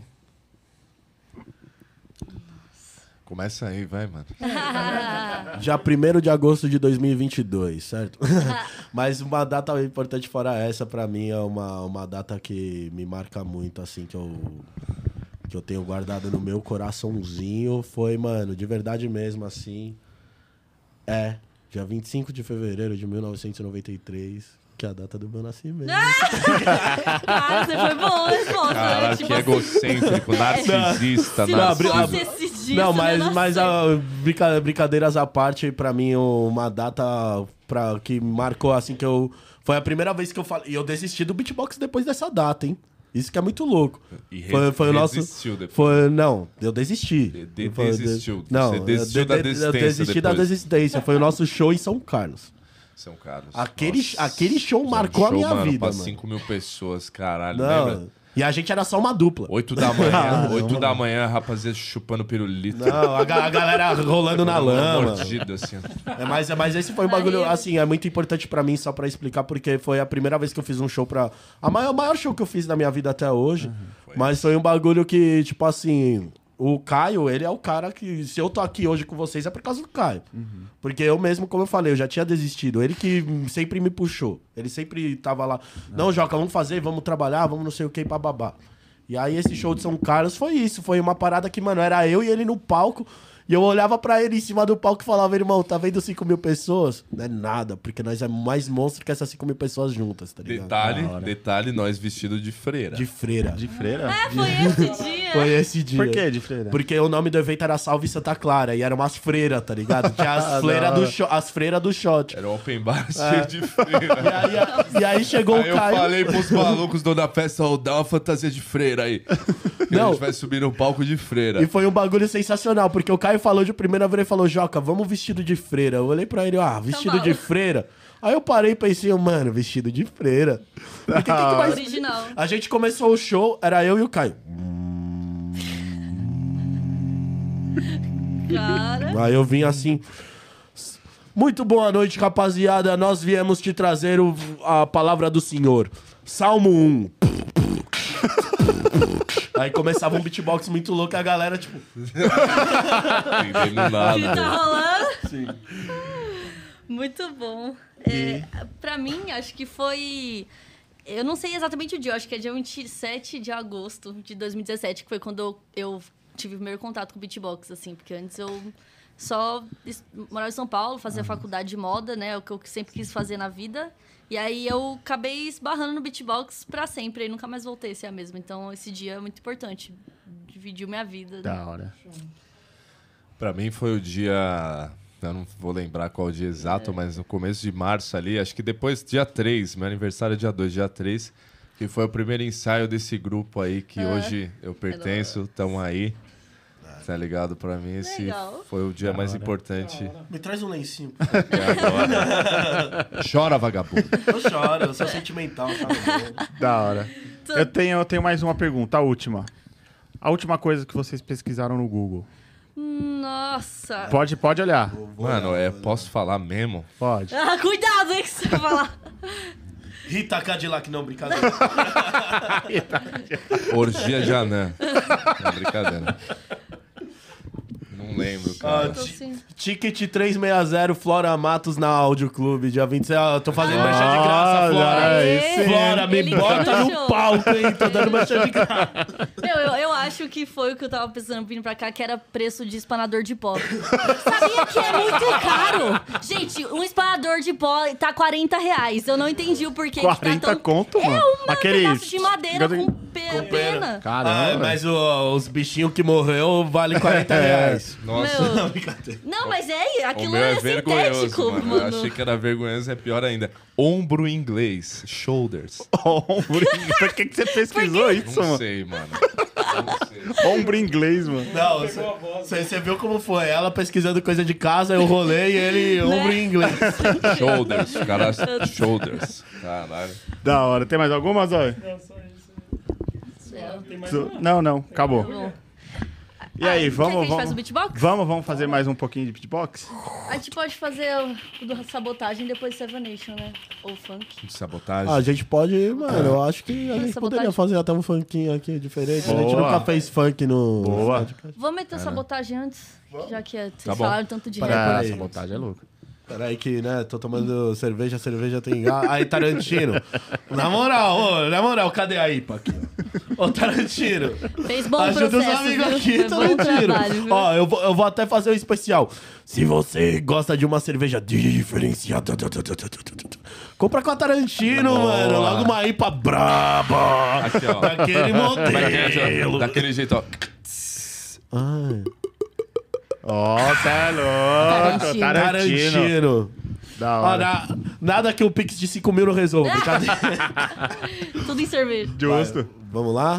Começa aí, vai, mano. Dia 1º de agosto de 2022, certo? Mas uma data importante fora essa, pra mim, é uma data que me marca muito, assim, que eu tenho guardado no meu coraçãozinho. Foi, mano, de verdade mesmo, assim. Dia 25 de fevereiro de 1993, que é a data do meu nascimento. Cara, você foi bom a resposta. Caralho, né? que Tipo, egocêntrico, narcisista, se não, não narcisista. fosse esse dia, Não, você mas brincadeiras à parte, pra mim, uma data que marcou, assim, que eu... Foi a primeira vez que eu falei... E eu desisti do beatbox depois dessa data, hein? Isso que é muito louco. E Foi o nosso... resistiu depois. Não, eu desisti. Desistiu. Não, Você desistiu da eu desistência desisti da depois. desistência. Foi o nosso show em São Carlos. São Carlos. Aquele show marcou a minha mano, vida, pra mano. 5.000 pessoas, caralho. Não, Lembra? e a gente era só uma dupla. 8 da manhã, 8 da manhã, rapaziada chupando pirulito. Não, a galera rolando na lama. Mordido, assim. Mas esse foi um bagulho, assim, é muito importante pra mim, só pra explicar, porque foi a primeira vez que eu fiz um show pra... O maior show que eu fiz na minha vida até hoje. Mas foi um bagulho que, tipo assim... O Caio, ele é o cara que... Se eu tô aqui hoje com vocês, é por causa do Caio. Porque eu mesmo, como eu falei, eu já tinha desistido. Ele que sempre me puxou. Ele sempre tava lá... Não, Joca, vamos fazer, vamos trabalhar, vamos não sei o que, bababá. E aí esse show de São Carlos foi isso. Foi uma parada que, mano, era eu e ele no palco... E eu olhava pra ele em cima do palco e falava, irmão, tá vendo 5.000 pessoas? Não é nada, porque nós é mais monstro que essas 5.000 pessoas juntas, tá ligado? Detalhe, nós vestidos de freira. De freira. De freira? Foi esse dia. Foi esse dia. Por que de freira? Porque o nome do evento era Salve Santa Clara, e eram umas freiras, tá ligado? Tinha as freiras do shot. Era um open bar cheio de freira. E aí chegou Aí o Caio... eu falei pros malucos do da festa, ó, dá uma fantasia de freira aí. Que Não. a gente vai subir no palco de freira. E foi um bagulho sensacional, porque o Caio falou de primeira vez, ele falou, Joca, vamos vestido de freira. Eu olhei pra ele, vestido de freira? Aí eu parei e pensei, mano, vestido de freira. Porque quem que vai... Original. A gente começou o show, era eu e o Caio. Cara. Aí eu vim assim... Muito boa noite, rapaziada. Nós viemos te trazer a palavra do Senhor. Salmo 1. Aí começava um beatbox muito louco e a galera, tipo... Entendendo nada. Que tá velho. rolando? Sim. Muito bom. Pra mim, acho que foi... Eu não sei exatamente o dia, eu acho que é dia 27 de agosto de 2017, que foi quando eu tive o primeiro contato com o beatbox, assim. Porque antes eu só morava em São Paulo, fazia faculdade de moda, né? O que eu sempre quis fazer na vida. E aí eu acabei esbarrando no beatbox pra sempre e nunca mais voltei a ser a mesma. Então esse dia é muito importante. Dividiu minha vida. Da hora. Pra mim foi o dia... Eu não vou lembrar qual o dia exato, mas no começo de março ali, acho que depois, dia 3, meu aniversário é dia 2, dia 3, que foi o primeiro ensaio desse grupo aí que hoje eu pertenço, tamo aí. Tá ligado? Pra mim esse Legal. foi o dia mais importante. Me traz um lencinho. até agora. Chora, vagabundo. Eu choro, eu sou sentimental, sabe? Da hora. Eu tenho mais uma pergunta, a última. A última coisa que vocês pesquisaram no Google. Nossa. Pode olhar. Mano, posso falar mesmo? Pode. Ah, cuidado, hein, que você vai falar. Rita Cadillac, não, brincadeira. Orgia de anã. Não, brincadeira. Não lembro, cara. Tô assim. Ticket 360, Flora Matos na Áudio Clube, dia 26. Eu tô fazendo merchan de graça, Olha Flora. aí, Aê! sim. Flora, me Ele bota deixou. no palco, hein? Tô dando merchan de graça. Eu acho que foi o que eu tava pensando vindo pra cá, que era preço de espanador de pó. Sabia que é muito caro? Gente, um espanador de pó tá R$40. Eu não entendi o porquê que 40 tá tão... conto, mano. Um pedaço de madeira com pena. Caramba. Mas os bichinhos que morreu vale R$40. Nossa, Meu, Brincadeira. não, mas o aquilo meu é sintético, vergonhoso, mano. Eu achei que era vergonhoso, é pior ainda. Ombro em inglês, shoulders. Ombro. Por que você pesquisou isso, Não mano? sei, mano. Não sei. Ombro em inglês, mano. Não, você viu como foi? Ela pesquisando coisa de casa, eu rolei e ele ombro em inglês. Shoulders, cara, shoulders. Caralho. Da hora. Tem mais alguma, Zóio? Não, só isso. É. Tem mais Não, acabou. Bom. E aí, Quer que a vamos, gente faz o beatbox? vamos fazer mais um pouquinho de beatbox? A gente pode fazer o do sabotagem e depois Seven Nation, né? Ou funk. Sabotagem. A gente pode, mano, eu acho que a gente Essa poderia vontade. fazer até um funkinho aqui diferente. A gente Boa. nunca fez funk no... Boa. Vamos meter sabotagem antes? Já que vocês Tá bom. falaram tanto de Peraí, rap. peraí. sabotagem é louco. Peraí que, né, tô tomando cerveja tem... Aí, Tarantino. Na moral, cadê a IPA aqui? Ô, Tarantino. Fez bom Ajuda os processo, amigos viu? aqui, Foi bom Tarantino. trabalho, viu? Ó, eu vou até fazer um especial. Se você gosta de uma cerveja diferenciada, compra com a Tarantino, mano. Logo uma IPA braba. Aqui, ó. Daquele Como é que é, modelo. daquele jeito, ó. Ai, Ó, você é louco. Tarantino. Tarantino. Da Ó, hora. nada que o Pix de 5 mil não resolva. Brincadeira. Tudo em cerveja. Justo. Vamos lá?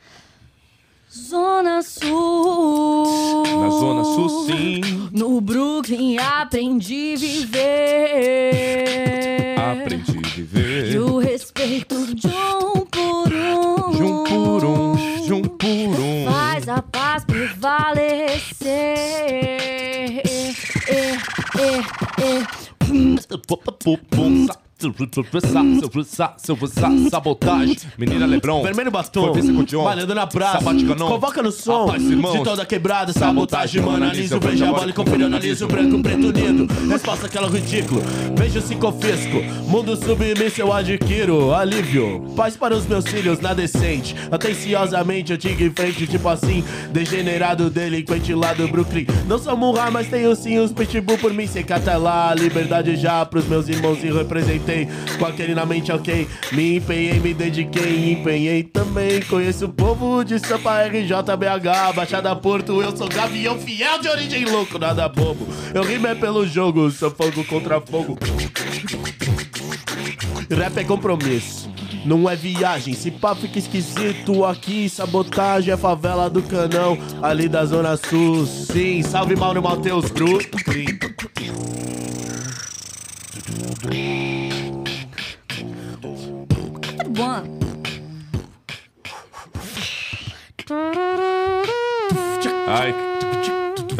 Zona Sul. Na Zona Sul, sim. No Brooklyn aprendi a viver. Aprendi a E viver. o respeito de um por um. De um por um, de um por um. Faz a paz prevalecer. Sabotagem, menina Lebron. Vermelho batom, Foi vice com John. malhando na praça, Sabática não. convoca no som, Rapaz, irmãos. de toda quebrada, sabotagem, mano, analiso, vejo a bola e confiro, analiso, branco, preto, unido, resposta aquela ridículo, vejo se confisco, mundo submisso eu adquiro, alívio, paz para os meus filhos, na decente, atenciosamente eu digo em frente, tipo assim, degenerado, delinquente lá do Brooklyn, não sou murra, mas tenho sim os pitbull por mim, sem lá, liberdade já pros meus irmãos e representei, com aquele na mente, ok, me empenhei, me dediquei, empenhei também. Conheço o povo de Sampa, RJ, BH, Baixada Porto. Eu sou gavião fiel de origem louco, nada bobo. Eu rimo é pelo jogo, sou fogo contra fogo. Rap é compromisso, não é viagem. Se pá fica esquisito aqui, sabotagem é favela do Canão, ali da Zona Sul. Sim, salve Mauro Mateus Brooklyn. One. Ai,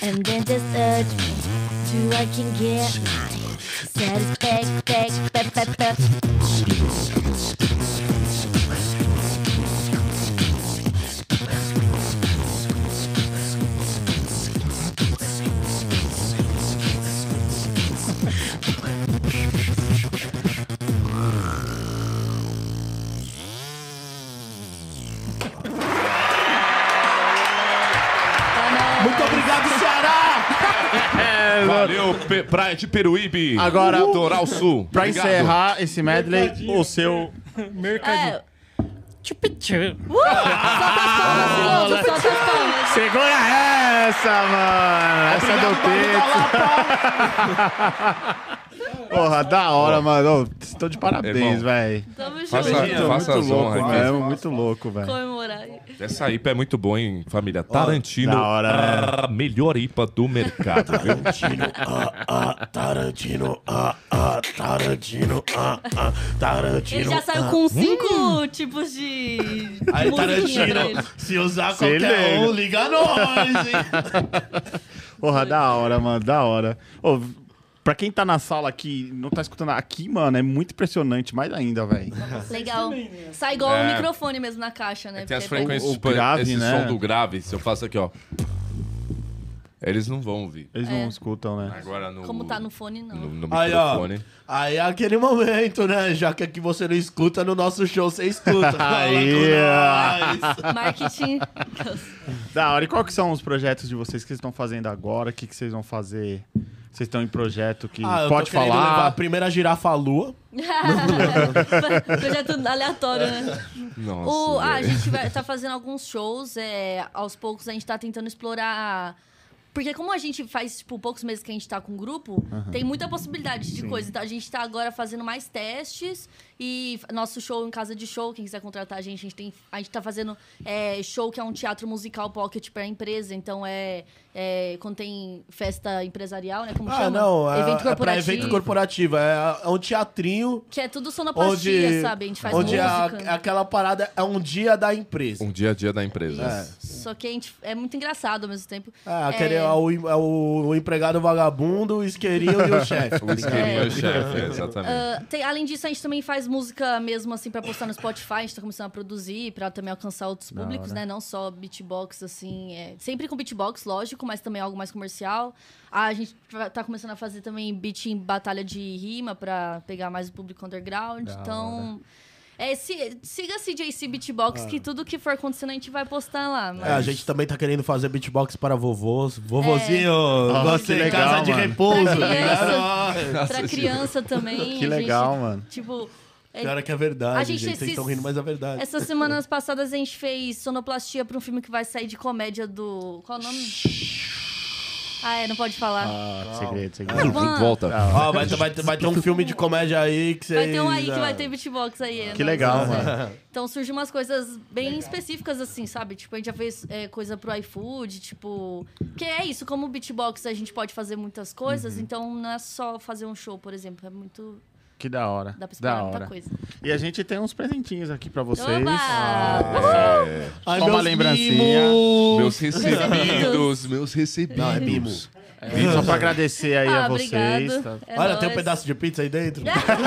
And then this urge to I can get my satisfaction. Muito obrigado, Ceará! Valeu, Praia de Peruíbe. Agora, Litoral Sul. Pra Obrigado. encerrar esse medley, o seu... Mercadinho. É, Tchupichu. solta as palmas, Filoso, solta as palmas. Segura essa, mano! Essa é do Pix. Porra, da hora, mano. Ô, estou de parabéns, Irmão. velho. Tamo Faça junto. as honras louco, aqui. velho. Muito louco, velho. Comemorar. Essa IPA é muito boa, hein, família? Tarantino, da hora, a melhor IPA do mercado, viu? Tarantino, Ele já saiu com 5 tipos de Aí, musiquinha pra ele. Tarantino, se usar Se qualquer liga. um, liga nós, hein? Porra, da hora, mano. Da hora. Ô, pra quem tá na sala aqui, não tá escutando aqui, mano, é muito impressionante. Mais ainda, velho. Legal. Sai igual É. o microfone mesmo na caixa, né? Tem as Porque aí frequências, o tipo, grave, esse né? som do grave, se eu faço aqui, ó. Eles não vão ouvir. Eles não escutam, né? Agora no... Como tá no fone, não. No Aí, ó. microfone. Aí é aquele momento, né? Já que aqui você não escuta, no nosso show você escuta. Aí, Fala com nós. Marketing. Da hora. E qual que são os projetos de vocês que vocês estão fazendo agora? O que vocês vão fazer? Vocês estão em projeto que Eu pode tô querendo levar a falar? primeira girafa à lua. Projeto aleatório, né? Nossa, A velho. gente tá fazendo alguns shows, aos poucos a gente tá tentando explorar. Porque como a gente faz, tipo, poucos meses que a gente tá com o grupo, tem muita possibilidade de coisa. Então a gente tá agora fazendo mais testes e nosso show em casa de show, quem quiser contratar a gente tá fazendo show que é um teatro musical pocket pra empresa. Então quando tem festa empresarial, né? Como chama? Não, evento é pra corporativo. evento corporativo. É um teatrinho Que é tudo sonoplastia, onde, sabe? A gente faz onde música. aquela parada é um dia da empresa. Um dia a dia da empresa. Só que a gente, é muito engraçado ao mesmo tempo. O empregado vagabundo, o isqueirinho e o chefe. O isqueirinho é o chefe, exatamente. Além disso, a gente também faz música mesmo, assim, pra postar no Spotify. A gente tá começando a produzir pra também alcançar outros públicos, né? Não só beatbox, assim. Sempre com beatbox, lógico, mas também algo mais comercial. A gente tá começando a fazer também beat em batalha de rima pra pegar mais o público underground. Então... siga a CJC Beatbox, que tudo que for acontecendo a gente vai postar lá. Mas... A gente também tá querendo fazer beatbox para vovôs. Vovozinho, que você legal, casa de mano. repouso. Pra liga criança. nós. Nossa, Pra criança também. Que a legal, gente, mano. Tipo... Pior que é verdade, A gente gente. Vocês esses- estão rindo, mas é verdade. Essas semanas passadas a gente fez sonoplastia pra um filme que vai sair de comédia do... Qual o nome? Não pode falar. Segredo. Volta. Ó, vai ter um filme de comédia aí que vocês... Vai ter um aí que vai ter beatbox aí. Que né? legal, mano. Então surgem umas coisas bem específicas, assim, sabe? Tipo, a gente já fez coisa pro iFood, tipo... Que é isso, como beatbox a gente pode fazer muitas coisas, então não é só fazer um show, por exemplo. É muito... Que da hora. Dá pra esperar Da muita hora. coisa. E a gente tem uns presentinhos aqui pra vocês. Oba! Ai, Só uma meus lembrancinha. mimos. Meus recebidos, meus recebidos. Não, é mimo. Vim só pra agradecer aí a vocês. Obrigado. Tá? É Olha, tem um nóis. pedaço de pizza aí dentro.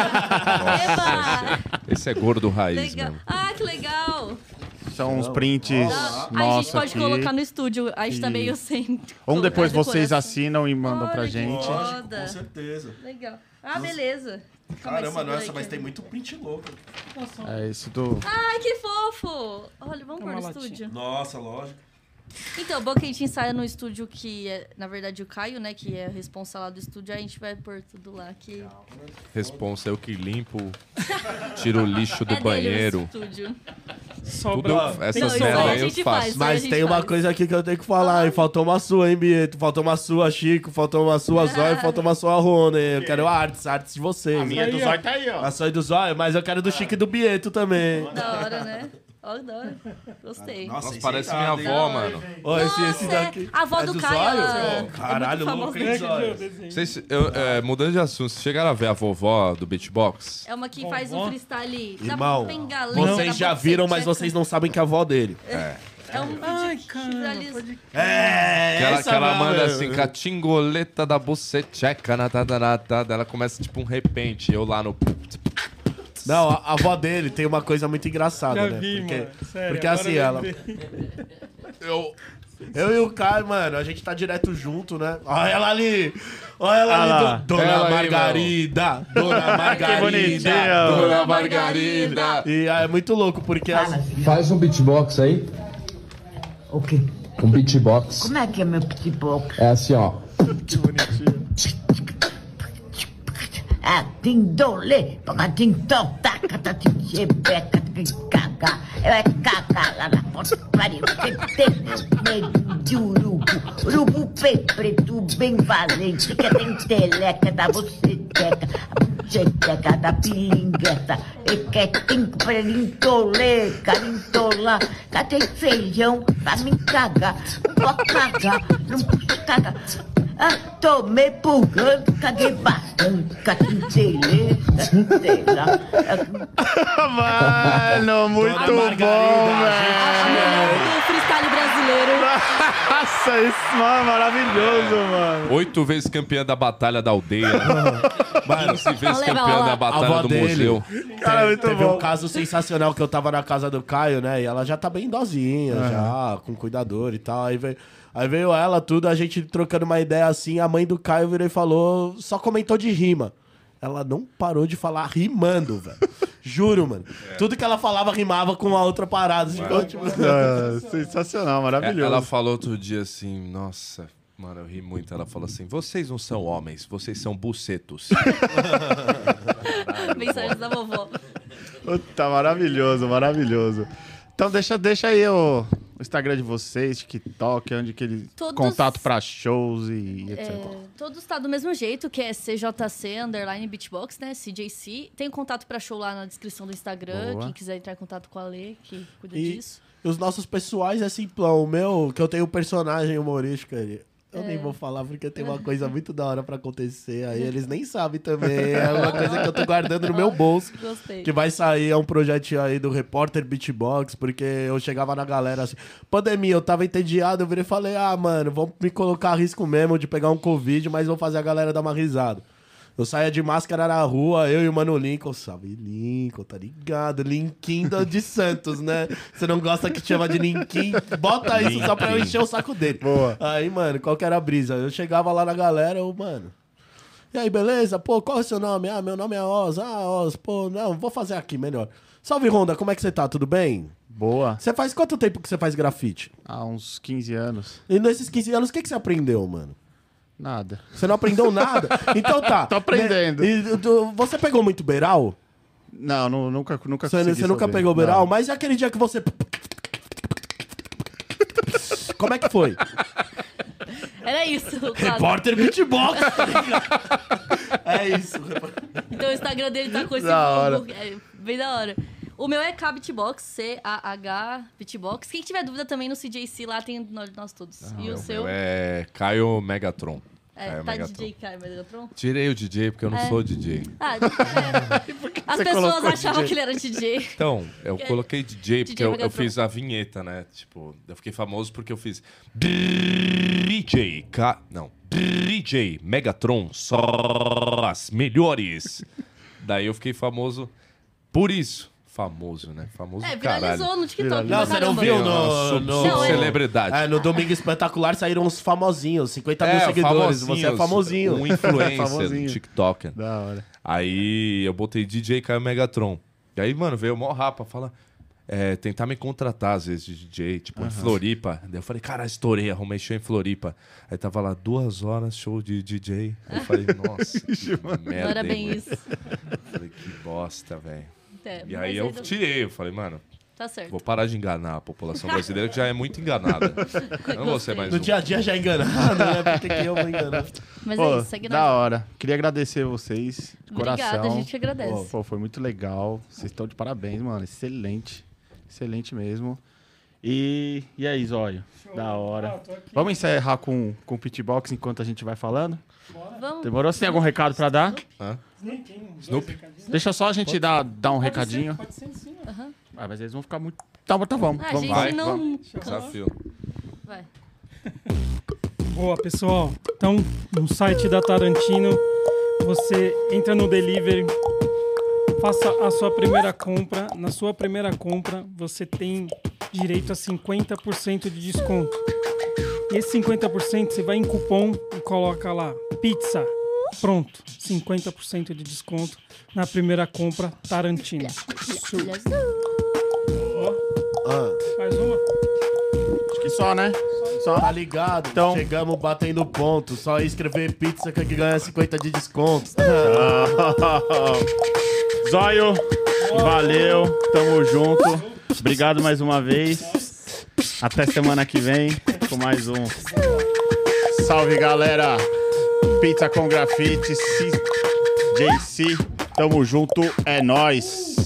Eba! Esse é gordo raiz, Legal. mano. Que legal! São uns prints Aí a gente nossos pode aqui. colocar no estúdio. A gente tá meio sem. Ou depois colocar vocês decoração. assinam e mandam pra Olha, que gente. foda. Com certeza. Legal. Beleza. Calma aí, Caramba, segura nossa, aí, mas que- tem muito print louco. É isso do... Ai, que fofo! Olha, vamos pôr Uma no latinha. estúdio. Nossa, lógico. Então, bom que a gente ensaia no estúdio que é, na verdade, o Caio, né, que é responsável lá do estúdio, aí a gente vai pôr tudo lá. Que Responsa, eu que limpo, tiro o lixo do é dele banheiro. o estúdio. Tudo, Sobra. essas Não, isso aí merda a aí eu gente faço. faz. Mas a tem gente uma faz. coisa aqui que eu tenho que falar, hein? Faltou uma sua, hein, Bieto? Faltou uma sua, Chico. Faltou uma sua, Zóio. Faltou uma sua, Rony. Eu quero artes de vocês. A minha do Zóio tá aí, ó. A sua e do Zóio, mas eu quero do Chico e do Bieto também. Da hora, né? Ó, da hora. Gostei. Nossa, parece minha Da avó, hora. mano. Ó, esse Nossa, daqui. a avó É do do Caio, Zóio? ela Pô, é caralho, muito louco, famosa. hein, Zóio? Vocês, mudando de assunto, vocês chegaram a ver a vovó do beatbox? É uma que faz um freestyle. Irmão, bengaleira, vocês já da viram, mas boceteca. vocês não sabem que é a avó dele. É um Ai, vídeo que caramba, viraliza. pode... Que ela manda assim, catingoleta da buceteca, ela começa tipo um repente, eu lá no... Não, a avó dele tem uma coisa muito engraçada, Já né? vi, mano. Sério, porque agora assim, eu ela... lembrei. Eu e o Caio, mano, a gente tá direto junto, né? Olha ela ali! Olha ela ali, lá. Dona Ela aí, Margarida! Dona Margarida! bonitinha. Dona Margarida! E é muito louco, porque... Faz um beatbox aí. O quê? Um beatbox. Como é que é meu beatbox? É assim, ó. Ah, tindole, pacatintom, taca, tatinchebeca, caga. É caga lá na porta do pariu. Tem medo de urubu. Urubu preto, bem valente, que tem teleca da buceteca, a buceteca da pilingueta. E que tem perintole, carintola. Cadê feijão pra me cagar? Não pode cagar, não pode cagar. Ah, tomei pulgando, caguei bastante, catintelê, catintela. Mano, muito Dona bom, Margarida, A melhor do freestyle brasileiro. Nossa, isso mano, maravilhoso, mano. 8 vezes campeã da Batalha da Aldeia. 15 vezes Vamos levar campeã lá. da A Batalha avó do dele. Museu. Cara, muito Teve bom. um caso sensacional que eu tava na casa do Caio, né? E ela já tá bem idosinha, já, com cuidador e tal. Aí veio ela, tudo, a gente trocando uma ideia assim, a mãe do Caio virou e falou, só comentou de rima. Ela não parou de falar rimando, velho. Juro, mano. Tudo que ela falava rimava com a outra parada. Ficou, tipo... Sensacional, maravilhoso. Ela falou outro dia assim, nossa, mano, eu ri muito. Ela falou assim, vocês não são homens, vocês são bucetos. Mensagens da vovó. Puta, maravilhoso, maravilhoso. Então deixa aí o Instagram de vocês, TikTok, onde que ele... Todos- Contato pra shows e etc. Todos tá do mesmo jeito, que é CJC_Beatbox, né? CJC. Tem o contato pra show lá na descrição do Instagram. Boa. Quem quiser entrar em contato com a Lê, que cuida E disso. os nossos pessoais é simplão. O meu, que eu tenho um personagem humorístico ali. Eu nem vou falar porque tem uma coisa muito da hora pra acontecer. Aí eles nem sabem também. É uma coisa que eu tô guardando no meu bolso. Gostei. Que vai sair, é um projetinho aí do Repórter Beatbox, porque eu chegava na galera assim, pandemia, eu tava entediado, eu virei e falei, mano, vamos me colocar a risco mesmo de pegar um Covid, mas vou fazer a galera dar uma risada. Eu saía de máscara na rua, eu e o Mano Lincoln, sabe? Lincoln, tá ligado? Linkin de Santos, né? Você não gosta que chama de Linkin? Bota isso só pra eu encher o saco dele. Boa. Aí, mano, qual que era a brisa? Eu chegava lá na galera, mano... E aí, beleza? Pô, qual é o seu nome? Meu nome é Oz. Oz, pô, não, vou fazer aqui melhor. Salve, Ronda, como é que você tá? Tudo bem? Boa. Você faz quanto tempo que você faz grafite? Há uns 15 anos. E nesses 15 anos, o que você aprendeu, mano? Nada. Você não aprendeu nada? Então tá. Tô aprendendo. Você pegou muito beiral? Não, nunca Você consegui nunca saber. pegou beiral? Não. Mas e aquele dia que você... Como é que foi? Era isso, o quadro. Repórter Beatbox! É isso. Então o Instagram dele tá com esse Da hora. logo. É bem da hora. O meu é K-Beatbox, C-A-H Beatbox. Quem tiver dúvida também no CJC, lá tem nós todos. E o seu? É Caio Megatron. Caio Tá Megatron. DJ Caio Megatron? Tirei o DJ porque eu não sou DJ. Ah, as você pessoas colocou achavam DJ? que ele era DJ. Então, eu coloquei DJ porque DJ eu Megatron. fiz a vinheta, né? Tipo, eu fiquei famoso porque eu fiz DJ Megatron, só as melhores. Daí eu fiquei famoso por isso. Famoso, né? Famoso do caralho. Viralizou no TikTok. Não, pra você não caramba. viu Sub Não, é- celebridade. No Domingo Espetacular saíram uns famosinhos, 50 mil É, seguidores. Você é famosinhos, famosinho. Um influencer Famosinho. do TikToker. Da hora. Aí eu botei DJ Caio Megatron. E aí, mano, veio o maior rapa falar. Tentar me contratar às vezes de DJ, tipo, em Floripa. Daí eu falei, cara, estourei, arrumei show em Floripa. Aí tava lá 2 horas, show de DJ. Eu falei, nossa, que merda. Não era hein, bem mano. isso. Falei, que bosta, velho. É, E mas aí eu ainda- tirei, eu falei, mano, Tá certo. vou parar de enganar a população brasileira, que já é muito enganada. Eu não vou ser mais No um. dia a dia já é enganado, né? Por que que eu vou enganar? Mas Pô, é isso, segue da nós. hora. Queria agradecer vocês de Obrigada, coração. a gente agradece. Pô, foi muito legal. Vocês estão de parabéns, mano. Excelente. Excelente mesmo. E aí, Zóio? Da hora. tô aqui. Vamos encerrar com o Pitbox enquanto a gente vai falando? Vamos. Demorou? Você tem algum recado pra dar? Nem tem uns Snoop? dois recadinhos. Deixa só a gente dar um recadinho. Pode ser em cima. Ah, mas eles vão ficar muito Tá bom, vamos. A Vamos. gente Vai, não... vamos. Desafio. Vai. Boa, pessoal. Então, no site da Tarantino, você entra no delivery, faça a sua primeira compra. Na sua primeira compra, você tem direito a 50% de desconto. E esse 50% você vai em cupom e coloca lá, pizza. Pronto, 50% de desconto na primeira compra Tarantino. Mais uma? Acho que só, né? Só. Tá ligado? Então- Chegamos batendo ponto. Só escrever pizza que ganha 50 de desconto. Zóio, valeu, tamo junto. Obrigado mais uma vez. Até semana que vem com mais um. Salve, galera. Pizza com grafite, JC. Tamo junto, é nóis.